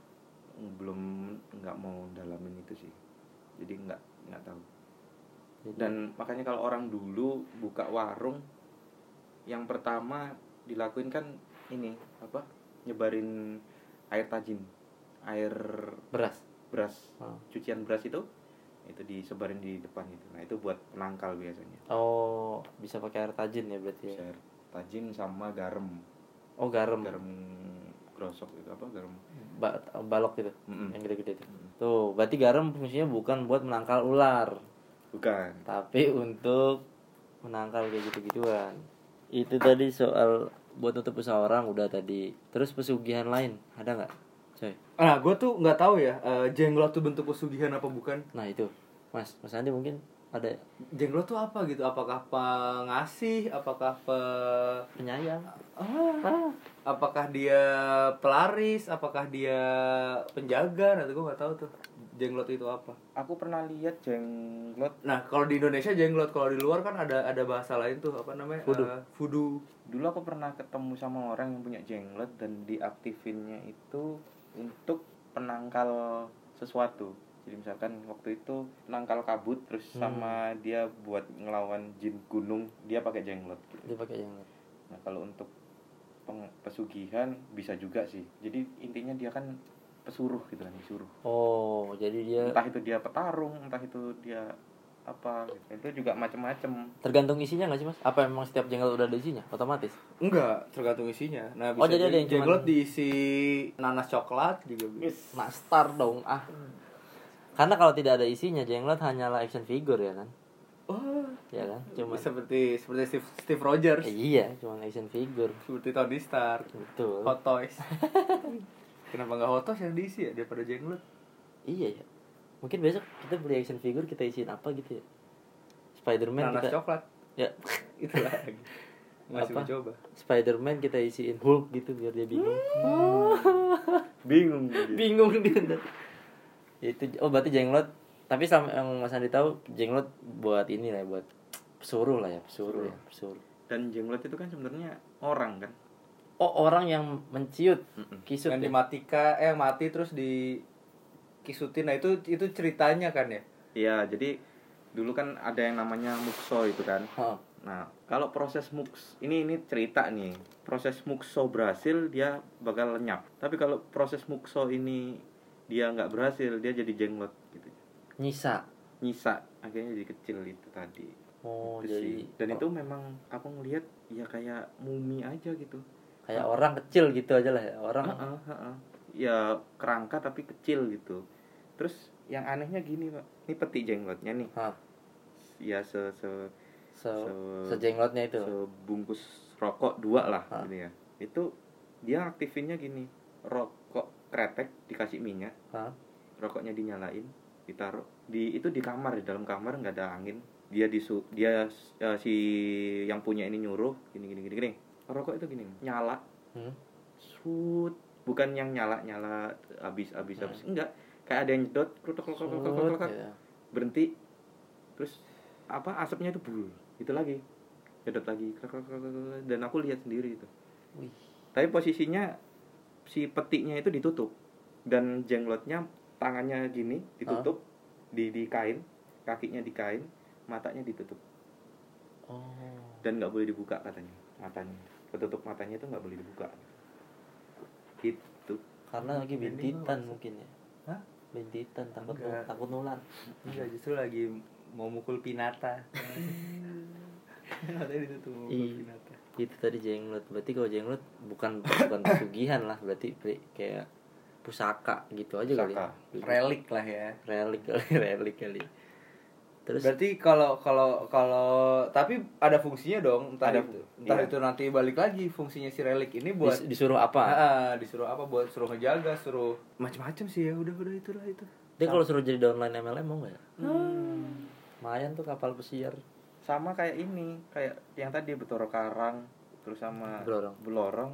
belum nggak mau dalamin itu sih. Jadi nggak nggak tahu. Jadi- Dan makanya kalau orang dulu buka warung, yang pertama dilakuin kan ini apa? Nyebarin air tajin, air beras. beras, Oh. cucian beras itu itu disebarin di depan itu. Nah itu buat penangkal biasanya. Oh, bisa pakai air tajin ya berarti ya. Air tajin sama garam, Oh, garam. garam grosok itu apa garam? Ba- balok gitu. Mm-mm. Yang gede-gede itu. Mm. Tuh, berarti garam fungsinya bukan buat menangkal ular, Bukan. tapi untuk menangkal kayak gitu-gituan. Itu tadi soal buat nutup usaha orang udah tadi. Terus pesugihan lain ada nggak, coy? Nah, gue tuh nggak tahu ya, eh, jenglot tuh bentuk pesugihan apa bukan? Nah itu, Mas, Mas Andi mungkin ada Jenglot tuh apa gitu? Apakah pengasih? Apakah pe penyayang? ah, apakah dia pelaris? Apakah dia penjaga? Nah, gue nggak tahu tuh jenglot itu apa. Aku pernah lihat jenglot. Nah, kalau di Indonesia jenglot, kalau di luar kan ada ada bahasa lain tuh apa namanya? Voodoo. Eh, voodoo. Dulu aku pernah ketemu sama orang yang punya jenglot dan diaktifinnya itu untuk penangkal sesuatu. Jadi misalkan waktu itu penangkal kabut terus Hmm. sama dia buat ngelawan jin gunung, dia pakai jenglot gitu. Dia pakai jenglot. Nah, kalau untuk peng- pesugihan bisa juga sih. Jadi intinya dia kan pesuruh gitu kan, disuruh. Oh, jadi dia Entah itu dia petarung, entah itu dia apa gitu. Itu juga macam-macam. tergantung isinya nggak sih, Mas? Apa memang setiap jenglot udah ada isinya otomatis? Enggak, tergantung isinya. Nah, Oh, jadi ada yang jenglot cuman- diisi nanas coklat juga bisa. Nastar dong, ah. Karena kalau tidak ada isinya, jenglot hanyalah action figure ya kan? Oh, Ya kan? Cuma seperti seperti Steve, Steve Rogers, eh, iya, cuma action figure. seperti Tony Stark, Betul. Hot Toys. Kenapa nggak Hot Toys yang diisi ya daripada jenglot? Iya ya. Mungkin besok kita beli action figure, kita isiin apa gitu ya? Spider-Man Nanas kita coklat. ya Itu lagi. Masih Apa? mencoba. Spider-Man kita isiin Hulk gitu biar dia bingung. Bingung dia. Bingung dia. Itu oh berarti jenglot. Tapi sama yang Mas Andi tahu jenglot buat ini lah, buat pesuruh lah ya, pesuruh ya, pesuruh. Dan jenglot itu kan sebenarnya orang kan. Oh, orang yang menciut, Mm-mm. kisut Yang ya? dimatikan, eh mati terus di kisutin. Nah, itu itu ceritanya kan ya? Iya, jadi dulu kan ada yang namanya mukso itu kan. Oh. Nah, kalau proses muks ini ini cerita nih. Proses mukso berhasil dia bakal lenyap. Tapi kalau proses mukso ini dia nggak berhasil, dia jadi jenglot gitu. Nyisa. Nyisa, akhirnya jadi kecil itu tadi. Oh, Itu jadi sih. Dan itu memang aku ngelihat ya kayak mumi aja gitu. kayak orang kecil gitu aja lah ya. Orang Heeh, heeh. Ya kerangka tapi kecil gitu. Terus yang anehnya gini, Pak. Ini peti jenglotnya nih. Hah. Ya se se Se, Se- sejenglotnya itu. sebungkus rokok dua lah Hah. gitu ya. Itu dia aktifinnya gini. Rokok kretek dikasih minyak, Hah? rokoknya dinyalain, ditaruh di itu di kamar, di dalam kamar nggak ada angin. Dia disu dia eh, si yang punya ini nyuruh gini gini gini gini. Rokok itu gini, nyala. Hmm? Sut, bukan yang nyala-nyala habis habis Hmm. habis. Enggak. Kayak ada yang nyedot, klutuk klutuk klutuk klutuk klutuk. ya. Berhenti. Terus apa asapnya itu bul. Itu lagi. Nyedot lagi. Kluk, kluk, kluk, kluk. Dan aku lihat sendiri itu. Wih. Tapi posisinya si petinya itu ditutup dan jenglotnya tangannya gini ditutup di di kain, kakinya di kain, matanya ditutup. Oh. Dan nggak boleh dibuka katanya matanya, ketutup matanya itu nggak boleh dibuka gitu. Karena lagi bintitan Ini mungkin ya. Hah? Bintitan takut Enggak. takut nular. Enggak, justru lagi mau mukul Pinata. Matanya ditutup mau mukul Ih. Pinata. Itu tadi jenglot. Berarti kalau jenglot bukan bukan pesugihan lah, berarti pri- kayak pusaka gitu aja kali. Pusaka. Ya. Relik lah ya. Relik kali, relik kali. Terus Berarti kalau kalau kalau tapi ada fungsinya dong, entah Ada, itu entah iya. itu nanti balik lagi fungsinya si relik ini buat dis- disuruh apa? Ah, disuruh apa, buat suruh ngejaga, suruh macam-macam sih ya, udah udah itulah itu. Dia kalau suruh jadi downline M L M mau nggak ya? Hmm. Lumayan tuh kapal pesiar. Sama kayak ini, kayak yang tadi Betoro Karang terus sama Belorong. Belorong.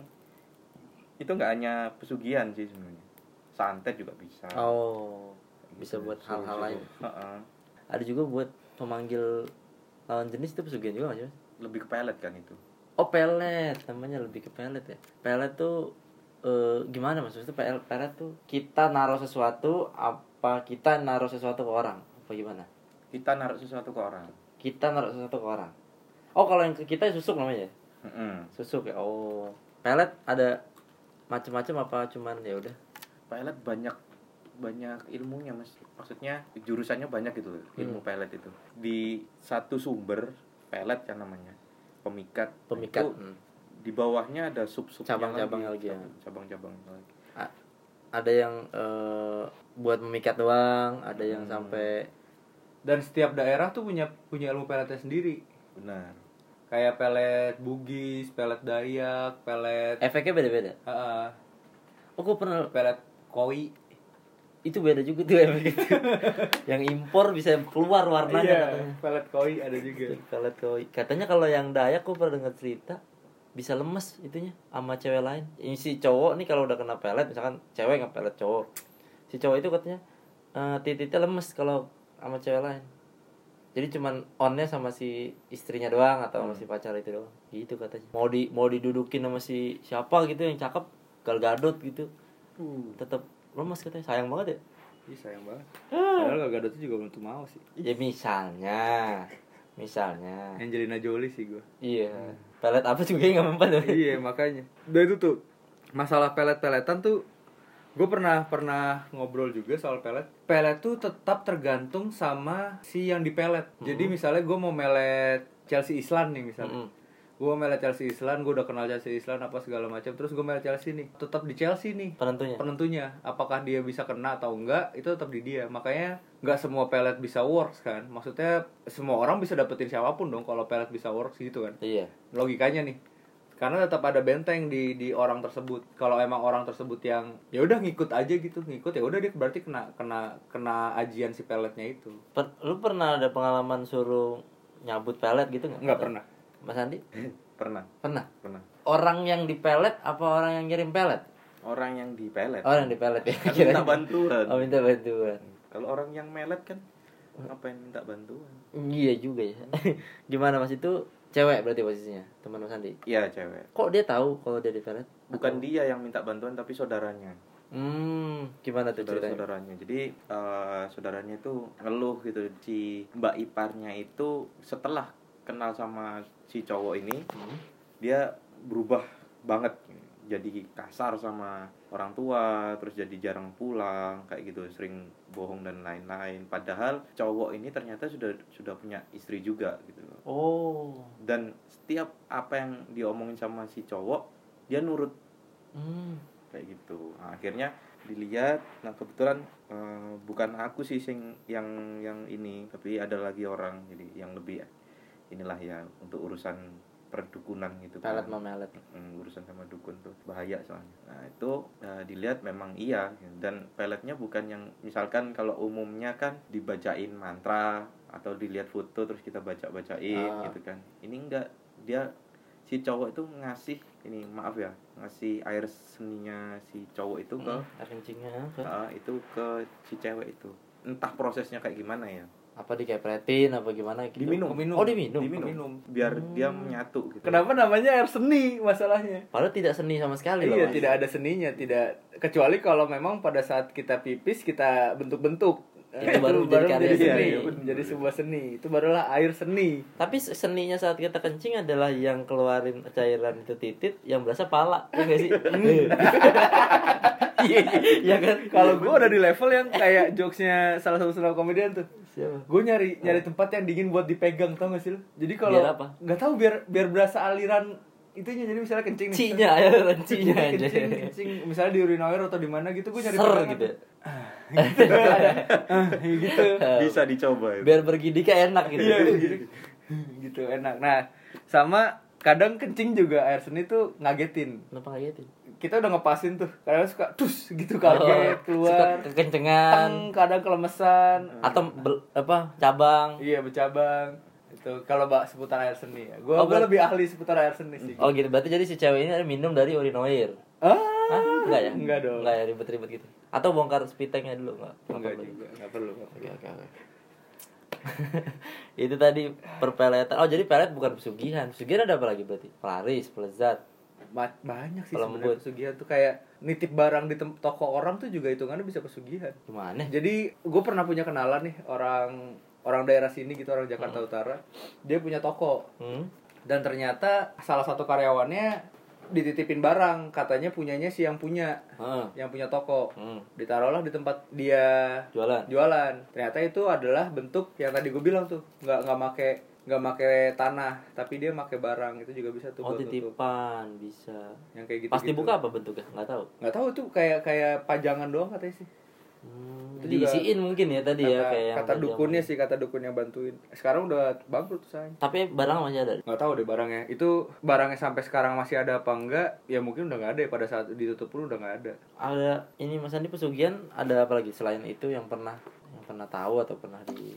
Itu nggak hanya pesugihan sih sebenarnya, santet juga bisa. Oh, bisa Gitu, buat hal-hal suruh-suruh. lain. Heeh. Ada juga buat memanggil lawan jenis itu pesugihan juga nggak sih, Mas? Lebih ke pelet kan itu. Oh, pelet, namanya lebih ke pelet ya. Pelet tuh eh, gimana Mas? Maksudnya pelet, pelet tuh kita naruh sesuatu apa kita naruh sesuatu ke orang? Apa gimana? Kita naruh sesuatu ke orang. Kita naruh sesuatu ke orang. Oh, kalau yang ke kita susuk namanya ya? Heeh. Susuk ya. Oh. Pelet ada macam-macam apa cuman ya udah. Pelet banyak banyak ilmunya Mas. Maksudnya jurusannya banyak gitu loh, ilmu Hmm. pelet itu. Di satu sumber pelet kan namanya. Pemikat. Pemikat. Itu Hmm. di bawahnya ada sub-subnya Cabang-cabang lagi ya. Cabang-cabang lagi. A- ada yang eh, buat memikat doang, ada yang Hmm. sampai Dan setiap daerah tuh punya punya ilmu peletnya sendiri. Benar. Kayak pelet Bugis, pelet Dayak, pelet efeknya beda-beda. ah, Oh, gue pernah pelet Koi. itu beda juga tuh efek itu. Yang impor bisa keluar warnanya Iya, katanya. pelet Koi ada juga. Pelet koi. Katanya kalau yang Dayak gue pernah dengar cerita bisa lemes itunya sama cewek lain. Ini si cowok nih kalau udah kena pelet, misalkan cewek nggak pelet cowok. Si cowok itu katanya eh, titiknya lemes kalau sama cewek lain. Jadi cuman onnya sama si istrinya doang atau sama si pacar itu doang. Gitu katanya. Mau di mau didudukin sama si siapa gitu yang cakep, Gal Gadot gitu. Uh, Tetap lemes katanya. Sayang banget ya. ih sayang banget. Padahal Gal Gadot tuh juga belum tuh mau sih. Ya misalnya, misalnya. Angelina Jolie sih gue. Iya. Pelet apa juga nggak mempan. Iya makanya. Dan itu tuh masalah pelet-peletan tuh gue pernah pernah ngobrol juga soal pelet. Pelet tuh tetap tergantung sama si yang dipelet. Jadi misalnya gue mau melet Chelsea Island nih misalnya. Mm-mm. Gue melet Chelsea Island, gue udah kenal Chelsea Island apa segala macam. Terus gue melet Chelsea nih, tetap di Chelsea nih. Penentunya. Penentunya, apakah dia bisa kena atau enggak, itu tetap di dia. Makanya nggak semua pelet bisa works kan. Maksudnya semua orang bisa dapetin siapapun dong kalau pelet bisa works gitu kan. Iya. Logikanya nih. Karena tetap ada benteng di di orang tersebut. Kalau emang orang tersebut yang ya udah ngikut aja gitu, ngikut ya udah dia berarti kena kena kena ajian si peletnya itu. Per- lu pernah ada pengalaman suruh nyabut pelet gitu nggak? Nggak pernah. Mas Andi? Pernah. Pernah. Pernah. Orang yang dipelet apa orang yang ngirim pelet? Orang yang di pelet. Orang yang dipelet ya. Kan minta bantuan. Oh, minta bantuan. Kalau orang yang melet kan ngapain minta bantuan? Iya juga ya. Gimana Mas itu cewek berarti posisinya, teman Mas Andi? Iya, cewek. Kok dia tahu kalau dia dipelet? Bukan dia yang minta bantuan tapi saudaranya. Hmm, gimana tuh ceritanya? Saudara-saudaranya. Jadi eh, saudaranya itu ngeluh gitu, si mbak iparnya itu setelah kenal sama si cowok ini, Hmm. dia berubah banget, jadi kasar sama orang tua, terus jadi jarang pulang kayak gitu, sering bohong dan lain-lain. Padahal cowok ini ternyata sudah sudah punya istri juga gitu. Oh. Dan setiap apa yang diomongin sama si cowok, dia nurut Hmm. kayak gitu. Nah, akhirnya dilihat, nah kebetulan eh, bukan aku sih sing yang yang ini, tapi ada lagi orang jadi yang lebih inilah ya untuk urusan perdukunan gitu kan. Pelet memelet. Hmm, urusan sama dukun tuh bahaya soalnya. Nah itu eh, dilihat memang iya, dan peletnya bukan yang misalkan kalau umumnya kan dibacain mantra atau dilihat foto terus kita baca-bacain Ah. gitu kan. Ini enggak, dia si cowok itu ngasih ini, maaf ya, ngasih air seninya si cowok itu ke Hmm, air kencingnya ke ah, itu ke si cewek itu. Entah prosesnya kayak gimana ya. apa dikepretin apa gimana gitu. Diminum. Minum. Oh, diminum. Diminum. Minum. Biar Hmm. dia menyatu gitu. Kenapa namanya air seni masalahnya? Padahal tidak seni sama sekali loh. Iya, Mas. tidak ada seninya, tidak, kecuali kalau memang pada saat kita pipis kita bentuk-bentuk. itu baru menjadi karya menjadi seni. seni. Menjadi sebuah seni. Itu barulah air seni. Tapi seninya saat kita kencing adalah yang keluarin cairan itu titit, yang berasa pala, ya nggak sih? Iya, iya kan? Kalau gue udah di level yang kayak jokesnya salah satu stand up comedian tuh. Siapa? Gue nyari nyari tempat yang dingin buat dipegang, tau gak sih lo? Jadi kalau Biar apa? nggak tahu biar biar berasa aliran itunya, jadi misalnya kencing nih. Cinya, ya cinya aja. kencing, kencing misalnya di urinoir atau di mana gitu, gue nyari Ser pegangan gitu. tuh. gitu ah, gitu Bisa dicoba itu. Biar bergidiknya enak gitu. iya gitu. gitu enak. Nah sama kadang kencing juga air seni tuh ngagetin. Kenapa ngagetin? Kita udah ngepasin tuh, kadang suka tus gitu kaget Oh, keluar, suka kekencengan teng, kadang kelemesan atau bel- apa cabang. iya bercabang itu kalau bak seputar air seni ya. Gue Oh, gue ber- lebih ahli seputar air seni sih. Oh gitu, berarti jadi si cewek ini minum dari urinoir. Ah, Hah? Enggak ya? Enggak dong. Enggak ya, ribet-ribet gitu. Atau bongkar spitengnya dulu enggak? enggak perlu. juga, enggak perlu. Enggak perlu. Oke, oke, oke. Itu tadi perpeletan. Oh, jadi pelet bukan pesugihan. Pesugihan ada apa lagi berarti? Pelaris, pelezat. Ma- banyak sih Pelembut. sebenarnya pesugihan tuh, kayak nitip barang di tem- toko orang tuh juga hitungannya bisa pesugihan. Gimana? Jadi gue pernah punya kenalan nih, orang orang daerah sini gitu, orang Jakarta Utara. Dia punya toko Hmm? dan ternyata salah satu karyawannya dititipin barang, katanya punyanya si yang punya, Heeh. yang punya toko. Hmm. Ditaruhlah di tempat dia Jualan. jualan. Ternyata itu adalah bentuk yang tadi gue bilang tuh, nggak nggak make nggak make tanah, tapi dia make barang. Itu juga bisa tuh Oh, buat tutup. titipan bisa. Yang kayak gitu. Pas dibuka apa bentuknya? Enggak tahu. Nggak tahu tuh, kayak kayak pajangan doang katanya sih. Hmm, Itu juga diisiin mungkin ya tadi Kata, ya kayak yang kata tadi dukunnya yang- sih, kata dukunnya bantuin. Sekarang udah bangkrut say. Tapi barang masih ada. Nggak tahu deh barangnya. Itu barangnya sampai sekarang masih ada apa enggak? Ya mungkin udah nggak ada ya, pada saat ditutup pun udah nggak ada. Ada ini Mas Andi, pesugihan ada apa lagi selain itu yang pernah yang pernah tahu atau pernah di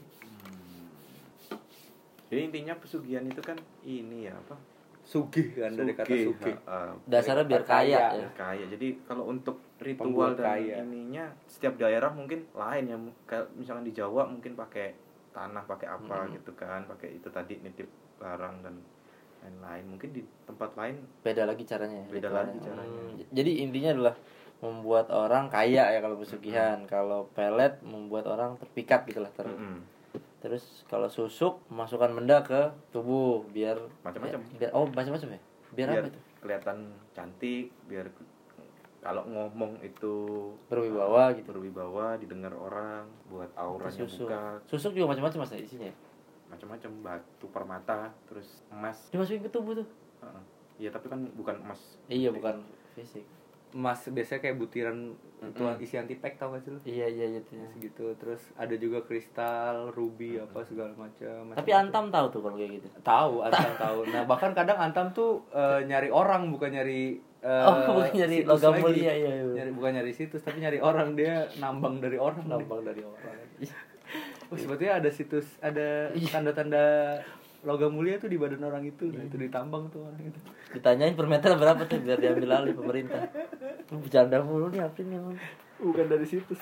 Jadi intinya pesugihan itu kan ini ya apa? Sugih kan, dari kata sugih. ha, ha. dasarnya biar Kaya. kaya, ya. Biar kaya. Jadi kalau untuk ritual Pembuat dan kaya. ininya setiap daerah mungkin lain ya. Kayak misalkan di Jawa mungkin pakai tanah, pakai apa Hmm. gitu kan, pakai itu tadi nitip barang dan lain-lain. Mungkin di tempat lain Beda lagi caranya. ya, Beda ritualnya. lagi caranya. Hmm, jadi intinya adalah membuat orang kaya ya kalau pesugihan. Kalau pelet membuat orang terpikat gitulah ter. mm-mm. Terus kalau susuk memasukkan benda ke tubuh biar Macam-macam. biar oh macam-macam ya. Biar, biar apa itu? kelihatan cantik, biar kalau ngomong itu Berwibawa gitu. berwibawa, didengar orang, buat auranya Susuk. buka, Susuk juga macam-macam Mas ya isinya. macam-macam, batu permata, terus emas. Dimasukin ke tubuh tuh. Heeh. Iya, tapi kan bukan emas. Iya, bukan fisik. Emas biasanya kayak butiran itu Mm-mm. isi anti-pack, tau gak sih lu? Iya, iya gitu. Segitu. Terus ada juga kristal, ruby, apa segala macam. Tapi Antam tahu tuh kalau kayak gitu. tahu, Antam tahu. Nah, bahkan kadang Antam tuh eh, nyari orang, bukan nyari eh, Oh, bukan nyari situs logam lagi. mulia, iya, iya. Nyari, bukan nyari situs, tapi nyari orang. Dia nambang dari orang. Lambang dari orang. Oh, sebetulnya ada situs, ada Iya. tanda-tanda logam mulia tuh di badan orang itu. Nah, itu ditambang tuh orang itu. Ditanyain per meter berapa tuh biar diambil alih pemerintah. Lu bercanda mulu nih apa nih? Bukan dari situs.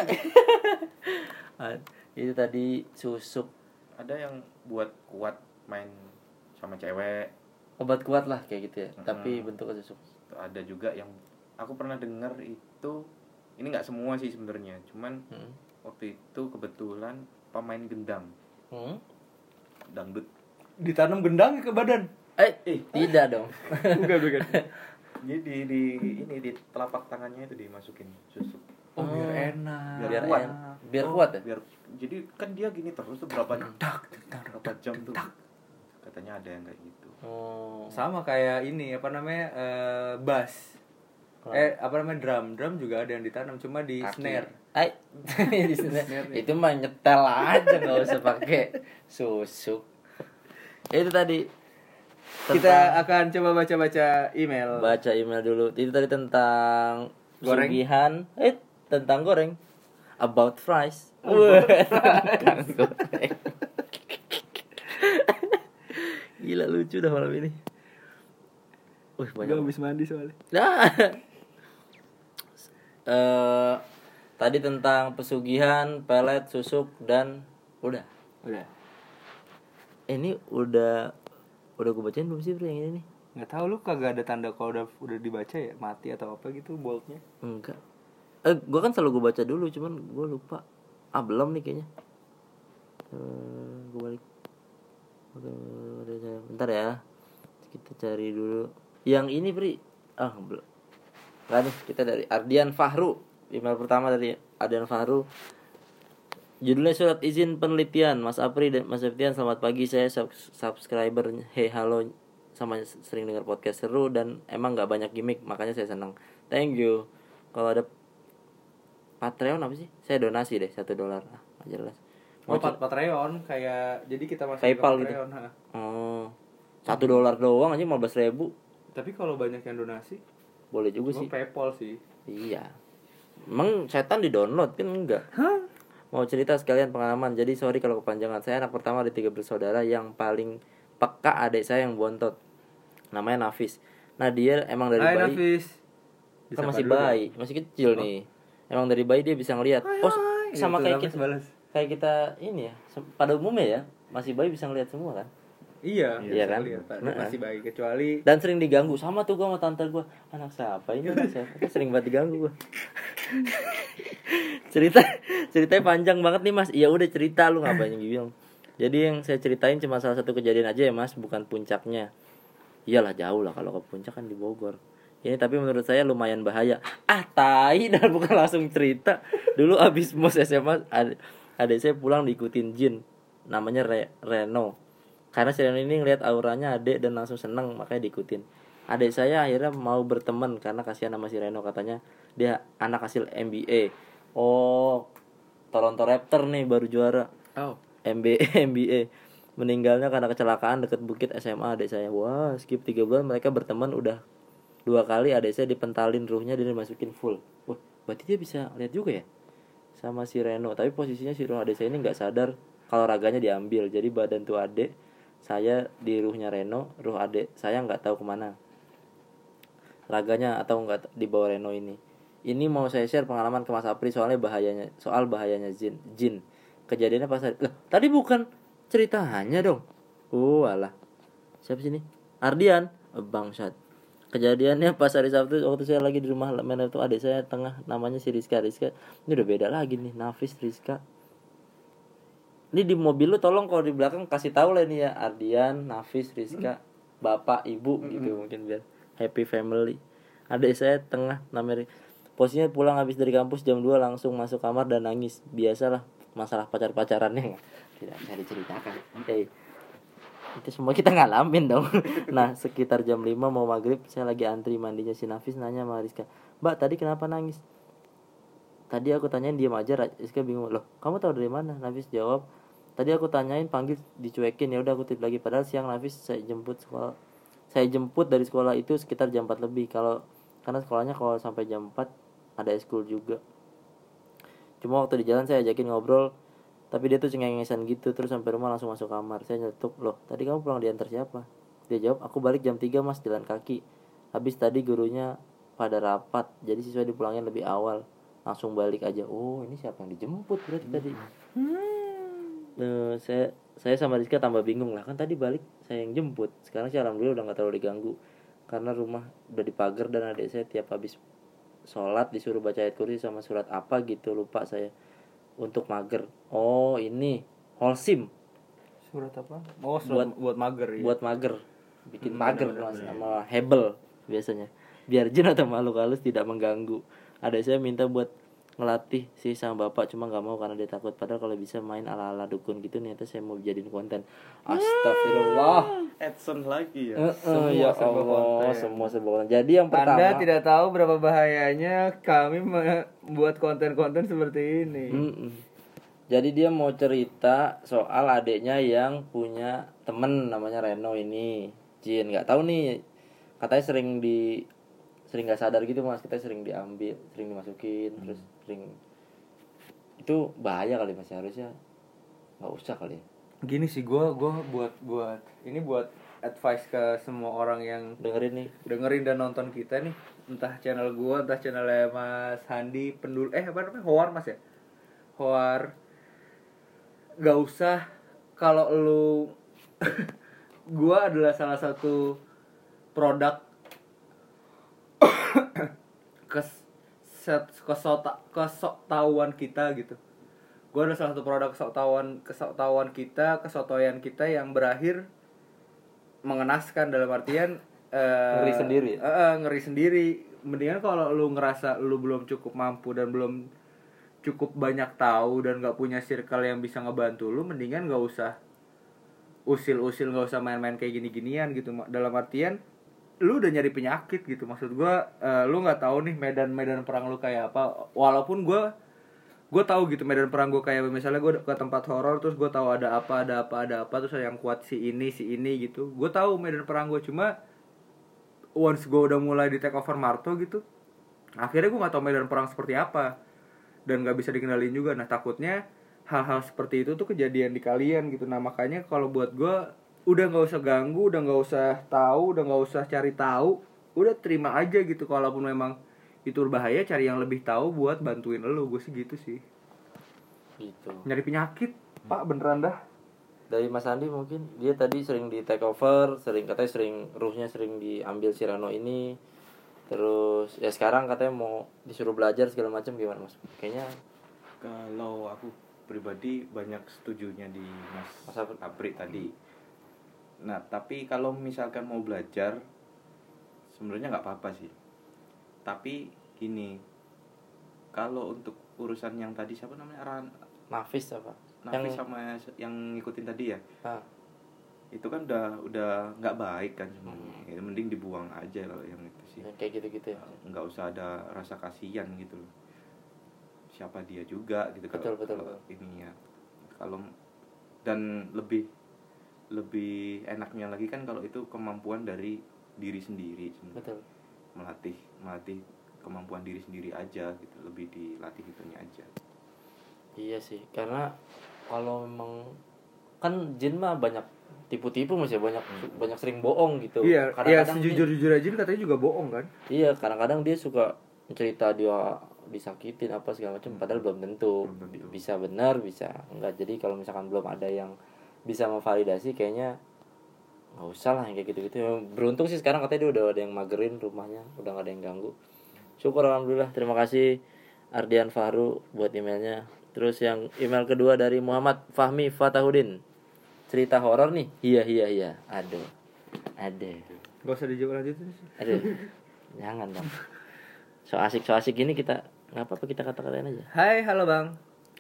Ah, itu tadi susuk, Ada yang buat kuat main sama cewek. obat kuat lah kayak gitu ya. Mm-mm. Tapi bentuknya susuk. Ada juga yang aku pernah dengar itu, ini nggak semua sih sebenarnya, cuman Hmm. waktu itu kebetulan pemain gendang, Hmm? dangdut. Ditanam gendang ke badan. Eh, tidak dong. Bukan, bukan. Jadi di, di ini di telapak tangannya itu dimasukin susuk. Oh, biar Oh. enak. Biar Biar kuat. enak. Biar Oh, kuat ya? Biar jadi kan dia gini terus tuh berapa berapa jam tuh. Katanya ada yang kayak gitu. Oh. Sama kayak ini apa namanya? eh, bass. Kenapa? Eh, apa namanya? Drum. Drum juga ada yang ditanam, cuma di Kaki. snare. Ay, di sini. Snare-nya. Itu mah nyetel aja nggak usah pakai susuk. Itu tadi Kita akan coba baca-baca email. baca email dulu. Itu tadi tentang Goreng. pesugihan. Eh, tentang goreng. About fries. Wah, tentang goreng. Gila lucu dah malam ini. Wih, Gue banyak. habis mandi soalnya. Nah. Eh, tadi tentang pesugihan, pelet, susuk dan udah. Udah. Ini udah udah gue bacain belum sih bro yang ini nih? Nggak tahu lu kagak ada tanda kalau udah udah dibaca ya, mati atau apa gitu boltnya. Enggak. Eh, gue kan selalu gue baca dulu, cuman gue lupa. Ah belum nih kayaknya. Uh, gue balik. Oke, bentar ya. Kita cari dulu. Yang ini Pri. Ah belum. Nggak nih, kita dari Ardian Fahru. Email pertama dari Ardian Fahru. Judulnya surat izin penelitian. Mas Apri dan Mas Septian, selamat pagi. Saya sub- subscriber. Hey halo, sama sering dengar podcast seru dan emang nggak banyak gimmick, makanya saya senang. Thank you. Kalau ada Patreon apa sih? Saya donasi deh satu dolar. Ah, nggak jelas. Oh, Mau cer- Pat- Patreon kayak jadi kita masuk PayPal ke gitu. Patreon, ha. Oh, satu dolar doang aja lima belas ribu. Tapi kalau banyak yang donasi, Boleh juga gua sih. PayPal sih. Iya. Emang setan di download kan enggak? Mau cerita sekalian pengalaman. Jadi sorry kalau kepanjangan. Saya anak pertama dari tiga bersaudara. Yang paling peka adik saya yang bontot. Namanya Nafis. Nah dia emang dari Hai bayi. Nafis. Kan Disapa masih dulu bayi, masih kecil nih. Emang dari bayi dia bisa ngelihat. Hai, Oh, hai. sama Gitu, kayak Nafis kita. balas. Kayak kita ini ya. sem- Pada umumnya ya, masih bayi bisa ngelihat semua kan. Iya, Iya bisa kan? lihat, Pak. Nah. Masih baik kecuali Dan sering diganggu sama tuh gua sama tante gua. Anak siapa ini? Anak siapa? Itu sering banget diganggu gua. cerita ceritanya panjang banget nih Mas. Iya udah cerita, lu ngapain yang bilang. Jadi yang saya ceritain cuma salah satu kejadian aja ya Mas, bukan puncaknya. Iyalah jauh lah kalau ke puncak kan di Bogor. Ini tapi menurut saya lumayan bahaya. Ah tai, dan bukan langsung cerita. Dulu abis mos S M A ad- adik saya pulang diikutin jin. Namanya Re- Reno. Karena si Reno ini ngeliat auranya adik dan langsung seneng, makanya diikutin. Adik saya akhirnya mau berteman karena kasihan sama si Reno, katanya dia anak hasil M B A. Oh, Toronto Raptor nih baru juara oh, M B A M B A. Meninggalnya karena kecelakaan dekat bukit S M A adik saya. Wah, skip tiga bulan mereka berteman udah dua kali adik saya dipentalin ruhnya dan dimasukin full. Wah, berarti dia bisa lihat juga ya sama si Reno. Tapi posisinya si ruh adik saya ini nggak sadar kalau raganya diambil. Jadi badan tuh adik saya di ruhnya Reno, ruh adik saya nggak tahu kemana raganya atau nggak di bawah Reno ini. Ini mau saya share pengalaman ke Mas Apri soalnya bahayanya soal bahayanya jin. Jin. Kejadiannya pas hari, lah, tadi bukan ceritanya dong. Oh, alah. Siapa sih ini? Ardian, oh, bangsat. Kejadiannya pas hari Sabtu waktu saya lagi di rumah main itu adik saya tengah, namanya si Rizka. Rizka ini udah beda lagi nih, Nafis Rizka. Ini di mobil lu tolong kalau di belakang kasih tahu lah ini ya, Ardian, Nafis, Rizka, bapak, ibu gitu mungkin biar happy family. Adik saya tengah namanya posisinya pulang habis dari kampus jam dua langsung masuk kamar dan nangis. Biasalah masalah pacar-pacarannya tidak bisa diceritakan. Hey, itu semua kita ngalamin dong. Nah sekitar jam lima mau maghrib saya lagi antri mandinya si Nafis nanya sama Rizka, Mbak tadi kenapa nangis? Tadi aku tanyain diam aja. Rizka bingung, loh kamu tahu dari mana? Nafis jawab, tadi aku tanyain panggil dicuekin, ya udah aku titip lagi. Padahal siang Nafis saya jemput sekolah, saya jemput dari sekolah itu sekitar jam empat lebih. Kalau karena sekolahnya kalau sampai jam empat ada eskul juga. Cuma waktu di jalan saya ajakin ngobrol, tapi dia tuh cengengesan gitu. Terus sampai rumah langsung masuk kamar. Saya nyetuk, loh tadi kamu pulang diantar siapa? Dia jawab, aku balik jam tiga mas, jalan kaki. Habis tadi gurunya pada rapat, jadi siswa dipulangin lebih awal, langsung balik aja. Oh ini siapa yang dijemput berarti tadi. Nah, saya saya sama Rizka tambah bingung lah, kan tadi balik saya yang jemput. Sekarang sih alhamdulillah udah gak terlalu diganggu karena rumah udah dipagar dan adik saya tiap habis sholat disuruh baca ayat kursi sama surat apa gitu, lupa saya, untuk mager. Oh ini Holsim surat apa? Oh, surat Buat- buat, mager ya. buat mager, bikin Hmm, mager benar, mas, benar, sama Hebel biasanya biar jin atau makhluk halus tidak mengganggu. Adik saya minta buat ngelatih sih sama bapak, cuma nggak mau karena dia takut. Padahal kalau bisa main ala-ala dukun gitu nih, ternyata saya mau jadiin konten. Astagfirullah. Adson lagi ya. Eh, eh, Semua ya serba Allah, konten. semua serba konten. Jadi yang pertama, Anda tidak tahu berapa bahayanya kami membuat konten-konten seperti ini. Mm-mm. Jadi dia mau cerita soal adiknya yang punya temen namanya Reno ini, jin. Nggak tahu nih, katanya sering di sering nggak sadar gitu mas, kita sering diambil, sering dimasukin, terus sering itu bahaya kali mas, harusnya nggak usah kali ya. Gini sih, gue gua buat buat ini buat advice ke semua orang yang Dengerin nih, dengerin dan nonton kita nih, entah channel gue, entah channelnya Mas Handi, pendul eh apa namanya, Hoar mas ya, Hoar. Gak usah kalau lu gue adalah salah satu produk kes set kesota kesok tahuan kita gitu. gue adalah salah satu produk kesoktawan kesoktawan kita, kesotoyan kita yang berakhir mengenaskan dalam artian uh, Ngeri sendiri. uh, uh, ngeri sendiri. Mendingan kalau lu ngerasa lu belum cukup mampu dan belum cukup banyak tahu dan gak punya circle yang bisa ngebantu lu, mendingan gak usah usil-usil, gak usah main-main kayak gini-ginian gitu. Dalam artian lu udah nyari penyakit gitu. Maksud gue uh, lu gak tahu nih medan-medan perang lu kayak apa. Walaupun gue gue tahu gitu medan perang gue kayak misalnya gue ke tempat horor terus gue tahu ada apa ada apa ada apa terus ada yang kuat si ini si ini gitu. Gue tahu medan perang gue, cuma once gue udah mulai di take over Marto gitu, akhirnya gue nggak tahu medan perang seperti apa dan nggak bisa dikendalin juga. Nah takutnya hal-hal seperti itu tuh kejadian di kalian gitu. Nah makanya kalau buat gue udah nggak usah ganggu, udah nggak usah tahu, udah nggak usah cari tahu, udah terima aja gitu. Kalaupun memang itu berbahaya, cari yang lebih tahu buat bantuin lo. Gue sih gitu sih. Gitu. Nyari penyakit pak beneran dah. Dari Mas Andi mungkin dia tadi sering di take over, sering katanya sering ruhnya sering diambil si Rano ini. Terus ya sekarang katanya mau disuruh belajar segala macam, gimana Mas? Kayaknya Kalau aku pribadi banyak setujunya di Mas Mas Apri. Apri tadi. Nah tapi kalau misalkan mau belajar sebenarnya nggak apa-apa sih. Tapi gini, kalau untuk urusan yang tadi siapa namanya Ran Nafis apa? Nafis Yang- sama yang ngikutin tadi ya, Ah, itu kan udah udah nggak baik kan sebenarnya. Ya, mending dibuang aja kalau yang itu sih. yang kayak gitu-gitu ya. Nggak usah ada rasa kasihan gitu loh. Siapa dia juga gitu Betul, kalau, betul, kalau betul. ini ya. Kalau dan lebih lebih enaknya lagi kan kalau itu kemampuan dari diri sendiri sebenarnya. Betul. Melatih melatih kemampuan diri sendiri aja gitu, lebih dilatih itunya aja. Iya sih, karena kalau memang kan jin mah banyak tipu-tipu Mas ya, banyak banyak sering bohong gitu. Iya, ya Kadang-kadang dia- sejujur-jujur aja katanya juga bohong kan. Iya, kadang-kadang dia suka cerita dia disakitin apa segala macam, padahal belum tentu. Belum tentu. Bisa benar, bisa enggak. Jadi kalau misalkan belum ada yang bisa memvalidasi, kayaknya nggak usah lah yang kayak gitu-gitu. Beruntung sih sekarang katanya dia udah ada yang magerin rumahnya, udah nggak ada yang ganggu. Syukur alhamdulillah. Terima kasih Ardian Fahru buat emailnya. Terus yang email kedua dari Muhammad Fahmi Fatahudin. Cerita horor nih. Iya iya iya. Aduh. Aduh. Gak usah dijawab lanjutin sih. Aduh. Jangan dong. So asik so asik gini kita nggak apa-apa kita kata-katain aja. Hai, halo bang.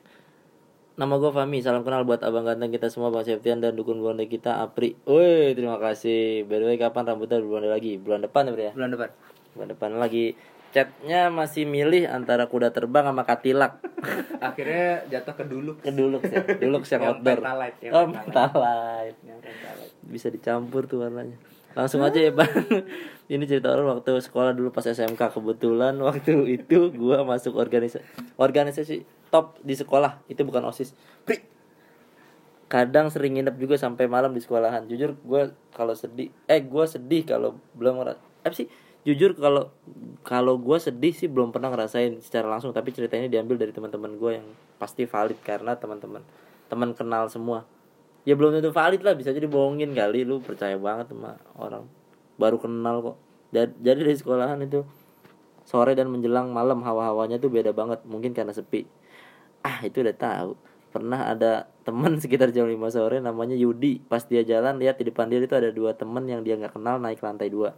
Nama gue Fahmi, salam kenal buat abang ganteng kita semua, Bang Septian dan dukun blonde kita Apri. Woi, terima kasih. By the way, kapan rambutnya berblonde lagi? Bulan depan ya, Bro ya? Bulan depan. Bulan depan lagi. Chatnya masih milih antara kuda terbang sama katilak. Akhirnya jatuh ke dulu. Ke duluk ya, duluk yang Yang outdoor. Pertalite, yang Oh, Pertalite. Pertalite. Yang Pertalite. Bisa dicampur tuh warnanya. Langsung aja ya Bang. Ini cerita orang waktu sekolah dulu pas S M K. Kebetulan waktu itu gua masuk organisasi organisasi top di sekolah. Itu bukan OSIS. Pri. Kadang sering nginep juga sampai malam di sekolahan. Jujur gua kalau sedih eh gua sedih kalau belum ngera- apa sih? Jujur kalau kalau gua sedih sih belum pernah ngerasain secara langsung, tapi cerita ini diambil dari teman-teman gua yang pasti valid karena teman-teman teman kenal semua. Ya belum tentu valid lah, bisa jadi bohongin kali, lu percaya banget sama orang baru kenal kok. Da- Jadi dari sekolahan itu sore dan menjelang malam hawa-hawanya tuh beda banget, mungkin karena sepi. Ah itu udah tahu. Pernah ada teman sekitar jam lima sore namanya Yudi. Pas dia jalan lihat di depan dia itu ada dua teman yang dia nggak kenal naik lantai dua.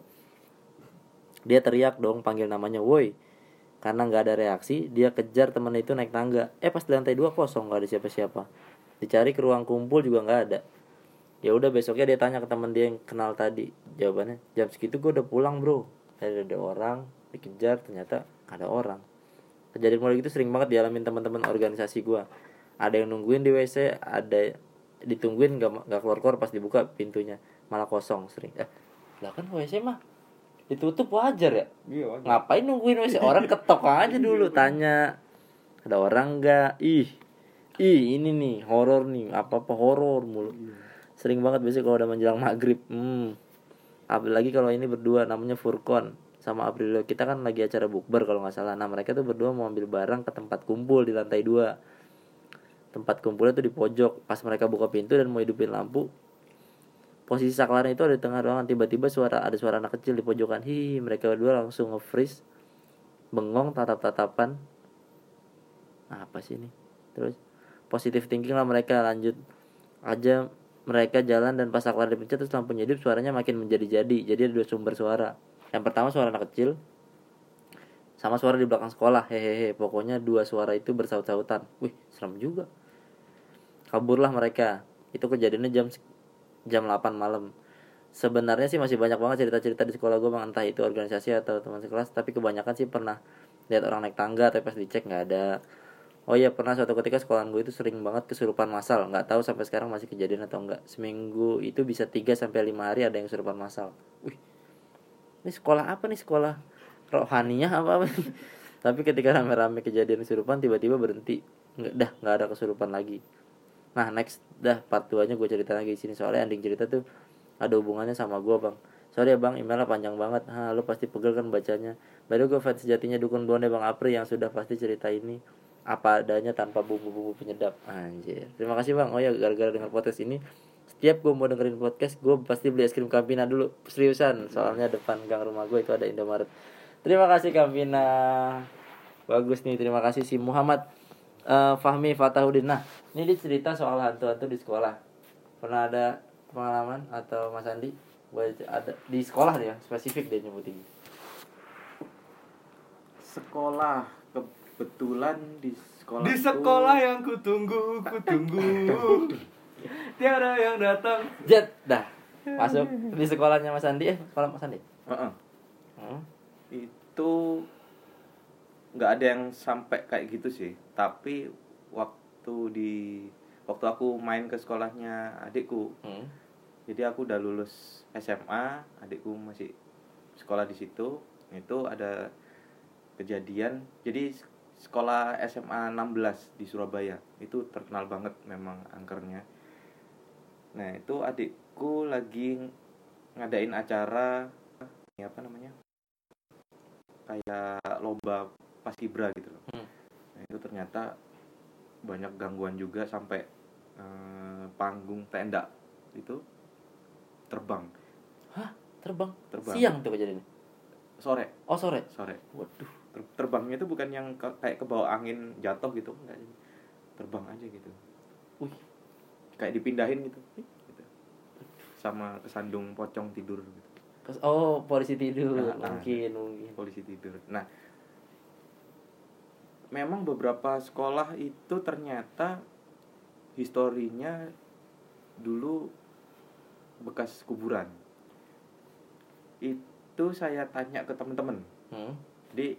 Dia teriak dong panggil namanya, woi. Karena nggak ada reaksi, dia kejar teman itu naik tangga. Eh pas di lantai dua kosong, nggak ada siapa-siapa. Dicari ke ruang kumpul juga nggak ada. Ya udah besoknya dia tanya ke teman dia yang kenal tadi. Jawabannya jam segitu gue udah pulang bro. Ada ada orang dikejar, ternyata ada orang. Kejadian model gitu sering banget dialamin teman-teman organisasi gue. Ada yang nungguin di W C, ada ditungguin nggak nggak keluar keluar pas dibuka pintunya malah kosong sering. Eh lah kan W C mah ditutup wajar ya. Iya, wajar. Ngapain nungguin W C? Orang ketok aja dulu tanya ada orang nggak. Ih ih ini nih horor nih, apa apa horor mulu. Sering banget biasanya kalau udah menjelang maghrib. Hmm. Apalagi kalau ini berdua namanya Furkon sama Aprilio. Kita kan lagi acara bukber kalau nggak salah. Nah mereka tuh berdua mau ambil barang ke tempat kumpul di lantai dua. Tempat kumpulnya tuh di pojok. Pas mereka buka pintu dan mau hidupin lampu, posisi saklarnya itu ada di tengah ruangan. Tiba-tiba suara ada suara anak kecil di pojokan. Hi, mereka berdua langsung nge-freeze, bengong, tatap-tatapan. Apa sih ini? Terus positive thinking lah mereka, lanjut aja mereka jalan dan pas aklar dipencet terus lampu nyedip suaranya makin menjadi-jadi. Jadi ada dua sumber suara. Yang pertama suara anak kecil sama suara di belakang sekolah, hehehe. Pokoknya dua suara itu bersaut-sautan. Wih, serem juga. Kaburlah mereka. Itu kejadiannya jam jam delapan malam. Sebenarnya sih masih banyak banget cerita-cerita di sekolah gue bang, entah itu organisasi atau teman sekelas, tapi kebanyakan sih pernah lihat orang naik tangga tapi pas dicek nggak ada. Oh iya, pernah suatu ketika sekolahan gue itu sering banget kesurupan massal. Nggak tahu sampai sekarang masih kejadian atau enggak. Seminggu itu bisa tiga sampai lima hari ada yang kesurupan massal. Wih, ini sekolah apa nih, sekolah rohaniyah apa apa nih? Tapi ketika rame-rame kejadian kesurupan tiba-tiba berhenti. Nggak, dah nggak ada kesurupan lagi. Nah next dah part dua nya gue cerita lagi di sini, soalnya ending cerita tuh ada hubungannya sama gue bang. Sorry ya bang, emailnya panjang banget. Ha, lu pasti pegel kan bacanya. Baru gue fans sejatinya dukun blonde bang Apri yang sudah pasti cerita ini apa adanya tanpa bumbu-bumbu penyedap. Anjir. Terima kasih bang. Oh ya, gara-gara denger podcast ini, setiap gue mau dengerin podcast gue pasti beli es krim Campina dulu. Seriusan, soalnya depan gang rumah gue itu ada Indomaret. Terima kasih Campina. Bagus nih, terima kasih si Muhammad uh, Fahmi Fatahuddin. Nah, ini dia cerita soal hantu-hantu di sekolah. Pernah ada pengalaman atau Mas Andi? Ada di sekolah dia, spesifik dia nyebutin. Sekolah, kebetulan di sekolah Di sekolah yang kutunggu, kutunggu. Tiada yang datang. Jet dah. Masuk di sekolahnya Mas Andi eh, sekolah Mas Andi. Uh-uh. Hmm? Itu nggak ada yang sampai kayak gitu sih, tapi waktu di waktu aku main ke sekolahnya adikku, Hmm? jadi aku udah lulus S M A, adikku masih sekolah di situ. Itu ada kejadian, jadi sekolah S M A enam belas di Surabaya itu terkenal banget memang angkernya. Nah itu adikku lagi ngadain acara, ini apa namanya, kayak lomba paskibra gitu loh. Hmm. Nah itu ternyata banyak gangguan juga sampai eh, panggung tenda itu terbang. Hah? Terbang? Terbang. Siang tuh kejadiannya? Sore. Oh sore? Sore. Waduh. Ter- terbangnya itu bukan yang ke- kayak ke bawah angin jatuh gitu, enggak. Terbang aja gitu. Wih. Kayak dipindahin gitu. gitu. Sama kesandung pocong tidur gitu. Oh, polisi tidur. Nah, mungkin, mungkin. Polisi tidur. Nah, memang beberapa sekolah itu ternyata historinya dulu bekas kuburan. Itu saya tanya ke teman-teman. Hmm? Jadi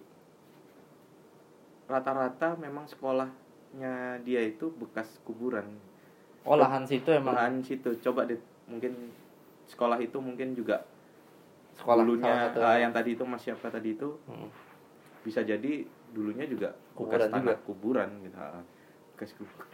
rata-rata memang sekolahnya dia itu bekas kuburan. Oh, lahan situ emang. Lahan situ. Coba deh, mungkin sekolah itu mungkin juga Sekolah dulunya salah satu. ah, yang tadi itu Mas siapa tadi itu Hmm. bisa jadi dulunya juga Kuburan bekas tanah juga. kuburan gitu. Ah, bekas kuburan.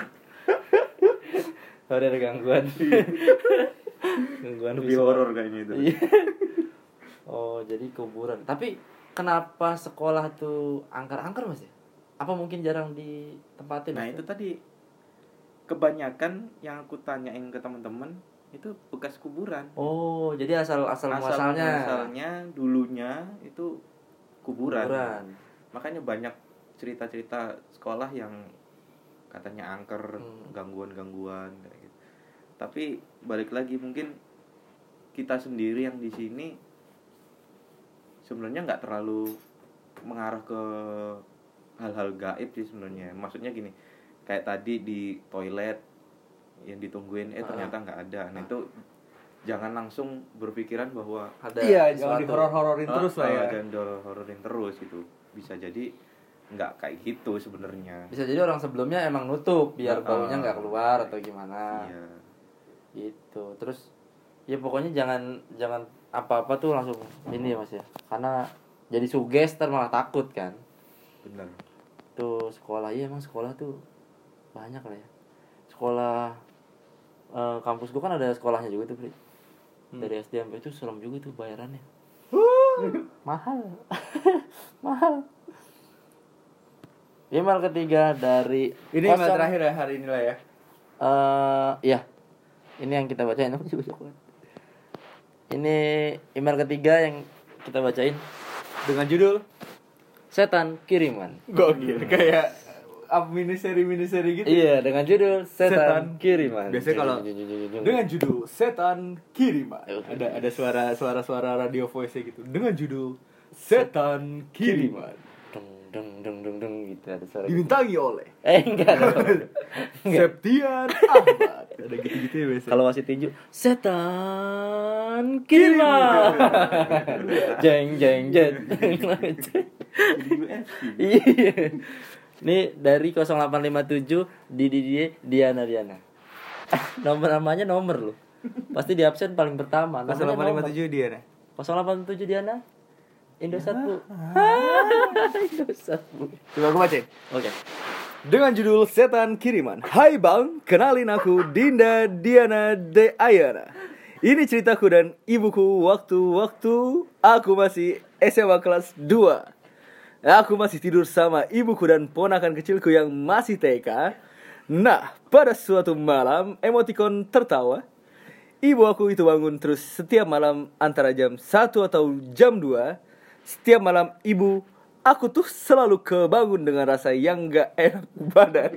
Oh, ada gangguan. Gangguan Lebih visual. horor kayaknya itu. Iya. Oh, jadi kuburan. Tapi kenapa sekolah tuh angker-angker Mas ya? Apa mungkin jarang ditempatin? Nah, Mas? itu tadi kebanyakan yang aku tanyain ke teman-teman itu bekas kuburan. Oh, jadi asal asal muasalnya. muasalnya dulunya itu kuburan. Kuburan. Makanya banyak cerita-cerita sekolah yang katanya angker, Hmm. gangguan-gangguan kayak gitu. Tapi balik lagi mungkin kita sendiri yang di sini sebenarnya nggak terlalu mengarah ke hal-hal gaib sih sebenarnya. Maksudnya gini, kayak tadi di toilet yang ditungguin eh ternyata nggak ada. Nah itu jangan langsung berpikiran bahwa Ada Iya, jangan sesuatu. dihoror-hororin "Ah, terus lah ah, ya. jangan dihoror-hororin terus gitu. Bisa jadi nggak kayak gitu sebenarnya. Bisa jadi orang sebelumnya emang nutup biar Ah, baunya nggak keluar atau gimana. Iya. Gitu. Terus ya pokoknya jangan jangan apa-apa tuh langsung ini ya Mas ya. Karena jadi suges ntar malah takut kan. Benar. Tuh sekolah, iya emang sekolah tuh banyak lah ya. Sekolah eh, kampus gua kan ada sekolahnya juga tuh, Pri. Dari S D sampai itu serem juga tuh bayarannya. Mahal. Mahal. Email ketiga dari Ini email kosong- terakhir ya hari ini lah ya. Eh, iya. Ini yang kita bacain. Ini email ketiga yang kita bacain Dengan judul Setan Kiriman. Gokil, kayak up mini seri mini seri gitu. Iya, dengan judul Setan, Setan. Kiriman. Biasanya kalau dengan judul Setan Kiriman. Ada ada suara suara suara radio voice gitu. Dengan judul Setan Kiriman. deng deng deng deng deng gitu ada suara. Dibintangi oleh Eh enggak dong. Septian Ahmad. Ada gitu-gitu ya biasanya. Kalau wasit tinju, Setan Kiriman. Jeng jeng jeng. Iya. Ini dari nol delapan lima tujuh di di di Diana Diana. Nomor namanya nomor loh. Pasti di absen paling pertama. nol delapan lima tujuh dia nah. nol delapan tujuh Diana. Indosat Bu. Indosat Bu. Coba aku baca. Oke. Dengan judul Setan Kiriman. Hai Bang, kenalin aku Dinda Diana De Ayana. Ini ceritaku dan ibuku waktu-waktu aku masih S M A kelas dua. Aku masih tidur sama ibuku dan ponakan kecilku yang masih T K. Nah, pada suatu malam emoticon tertawa. Ibu aku itu bangun terus setiap malam antara jam satu atau jam dua. Setiap malam ibu aku tuh selalu kebangun dengan rasa yang gak enak badan.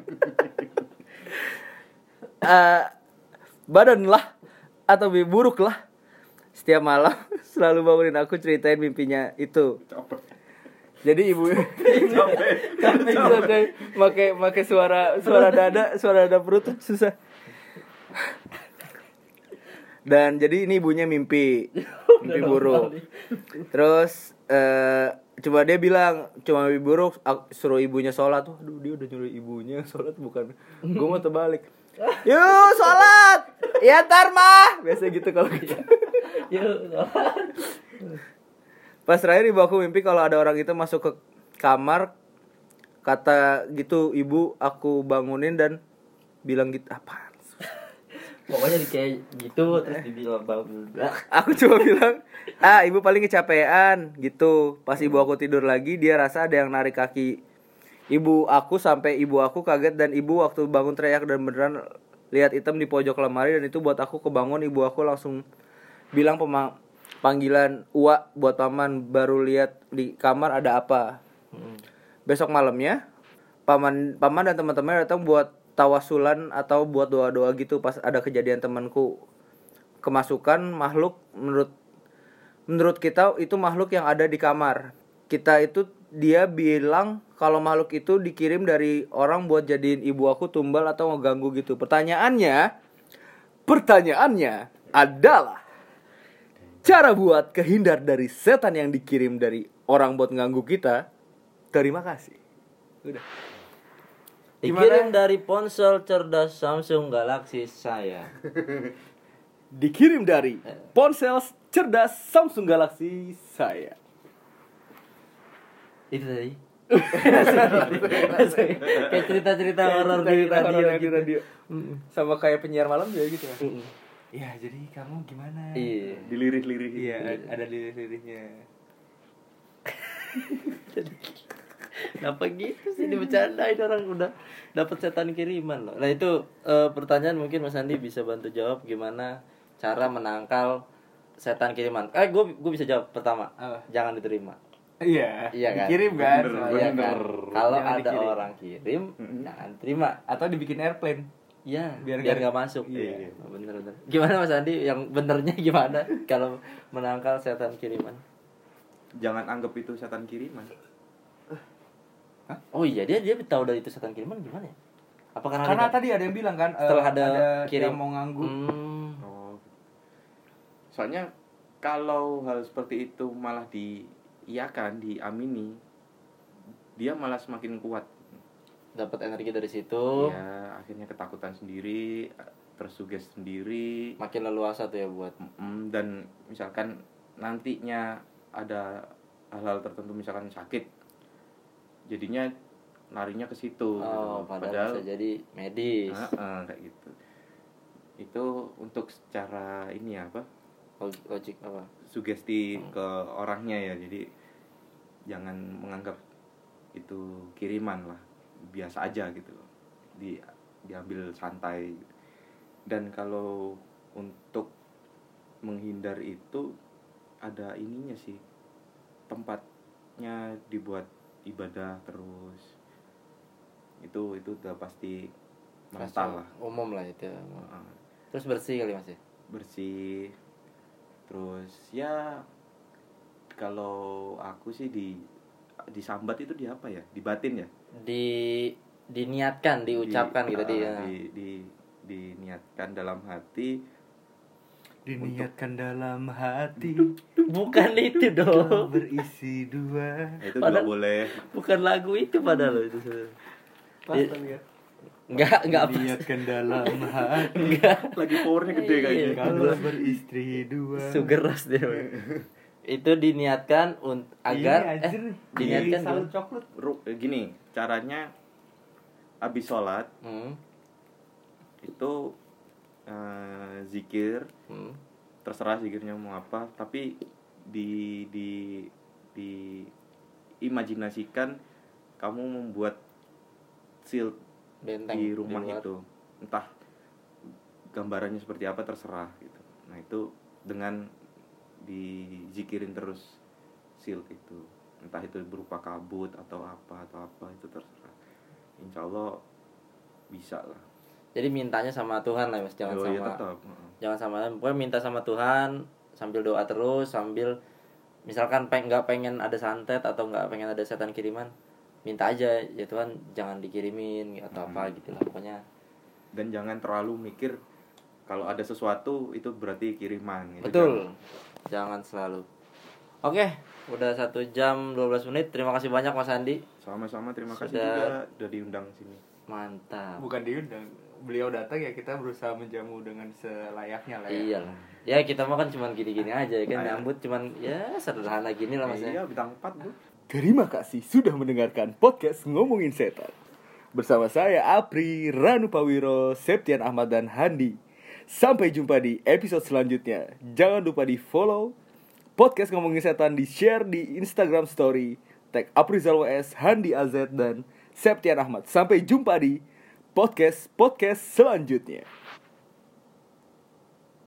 uh, badan lah atau mimpi buruk lah. Setiap malam selalu bangunin aku ceritain mimpinya itu. Jadi ibu capek pakai pakai suara suara dada suara dada perut tuh susah. Dan jadi ini ibunya mimpi mimpi buruk. Terus uh, coba dia bilang cuma mimpi buruk, suruh ibunya sholat tuh. Aduh dia udah nyuruh ibunya sholat bukan gue mau terbalik. Yuk sholat ya ntar mah biasa gitu kalau gitu. Yuk sholat. Pas terakhir ibu aku mimpi kalau ada orang itu masuk ke kamar, kata gitu ibu aku bangunin dan bilang gitu apa? Pokoknya kayak gitu terus dibilang bangun. Aku cuma bilang, ah ibu paling kecapean gitu. Pas ibu aku tidur lagi dia rasa ada yang narik kaki ibu aku sampai ibu aku kaget dan ibu waktu bangun teriak dan beneran lihat hitam di pojok lemari dan itu buat aku kebangun. Ibu aku langsung bilang pema- panggilan Uwa buat paman baru lihat di kamar ada apa. Hmm. Besok malamnya paman paman dan teman-teman datang buat tawasulan atau buat doa-doa gitu pas ada kejadian temanku kemasukan makhluk menurut menurut kita itu makhluk yang ada di kamar. Kita itu dia bilang kalau makhluk itu dikirim dari orang buat jadiin ibu aku tumbal atau ngeganggu gitu. Pertanyaannya pertanyaannya adalah cara buat kehindar dari setan yang dikirim dari orang buat nganggu kita. Terima kasih. Udah. Dikirim dari ponsel cerdas Samsung Galaxy saya. Dikirim dari ponsel cerdas Samsung Galaxy saya. Itu tadi. Kayak cerita-cerita horor di Cerita radio horor di gitu. radio. Sama kayak penyiar malam juga gitu kan. Iya, jadi kamu gimana? Iya. Dilirih-lirih. Iya, ada lirih-lirihnya. Kenapa gitu sih dibercandain orang udah dapat setan kiriman loh. Nah itu e, pertanyaan mungkin Mas Andi bisa bantu jawab gimana cara menangkal setan kiriman. Eh gue gue bisa jawab pertama. Apa? Jangan diterima. Iya, Iya kan? dikirim kan? Bener, Iya kan. Kalau Jangan ada dikirim. orang kirim, Mm-hmm. jangan terima. Atau dibikin airplane. Iya, Biar biar nggak- nggak masuk. Iya. Bener bener. Gimana Mas Andi? Yang benernya gimana kalau menangkal setan kiriman? Jangan anggap itu setan kiriman. Oh iya dia dia tahu dari itu setan kiriman gimana ya? Apa karena, Karena dia- tadi ada yang bilang kan eh, setelah ada, kirim yang mau nganggu. Hmm. Oh. Soalnya kalau hal seperti itu malah diiyakan, diamini, dia malah semakin kuat. Dapat energi dari situ, Ya, akhirnya ketakutan sendiri, tersuges sendiri, makin leluasa tuh ya buat. Mm, dan misalkan nantinya ada hal-hal tertentu misalkan sakit, jadinya larinya ke situ. Oh, padahal, bisa jadi medis. Heeh, kayak gitu. Itu untuk secara ini ya, apa? Log- Logik apa? Sugesti ke orangnya ya. Jadi jangan menganggap itu kiriman lah, biasa aja gitu. Di diambil santai. Dan kalau untuk menghindar itu ada ininya sih. Tempatnya dibuat ibadah terus. itu itu udah pasti Rasa mental lah. umum lah itu. Heeh. Terus bersih kali Mas ya. Bersih. Terus ya kalau aku sih di disambat itu di apa ya? Di batin ya? Di diniatkan, diucapkan Di- gitu ah, dia. di, di diniatkan dalam hati. Diniatkan dalam hati Bukan itu dong. berisi dua. Itu Padahal- juga boleh. Bukan lagu itu padahal itu. Pas Di- lihat. Enggak, enggak apa. Diniatkan dalam hati Enggak. Lagi powernya gede kayaknya. Iya. kalau beristri dua. Sugeras dia. Itu diniatkan un- agar Ini anjir eh nih. diniatkan Di salut gimana? coklat. Ru- eh, gini, caranya habis sholat Hmm. itu eh, zikir, Hmm. terserah zikirnya mau apa, tapi di di di imajinasikan kamu membuat shield Benteng di rumah luar. itu, entah gambarannya seperti apa terserah gitu. Nah itu dengan dizikirin terus shield itu, entah itu berupa kabut atau apa atau apa itu terserah. Insya Allah bisa lah. Jadi mintanya sama Tuhan lah Mas, jangan Oh, sama iya, tetap. Heeh. jangan sama pokoknya minta sama Tuhan sambil doa terus, sambil misalkan peng nggak pengen ada santet atau nggak pengen ada setan kiriman, minta aja ya Tuhan jangan dikirimin atau apa gitu lah pokoknya. Dan jangan terlalu mikir kalau ada sesuatu itu berarti kiriman gitu. Betul, jangan selalu. Oke, udah satu jam dua belas menit. Terima kasih banyak Mas Andi. Sama-sama, terima kasih Sudah. juga udah diundang sini. Mantap. Bukan diundang. Beliau datang ya kita berusaha menjamu dengan selayaknya lah ya. Iya lah. Ya kita mah kan cuman gini-gini aja ya kan, Ayo. nyambut cuman ya sederhana gini lah Mas ya. Iya, bintang empat, Bu. Terima kasih sudah mendengarkan podcast Ngomongin Setan. Bersama saya Apri, Ranu Pawiro, Septian Ahmad dan Handi. Sampai jumpa di episode selanjutnya. Jangan lupa di follow podcast Ngomongin Setan, di share di Instagram Story, tag Aprizal W S, Handi A Z dan Septian Ahmad. Sampai jumpa di podcast podcast selanjutnya.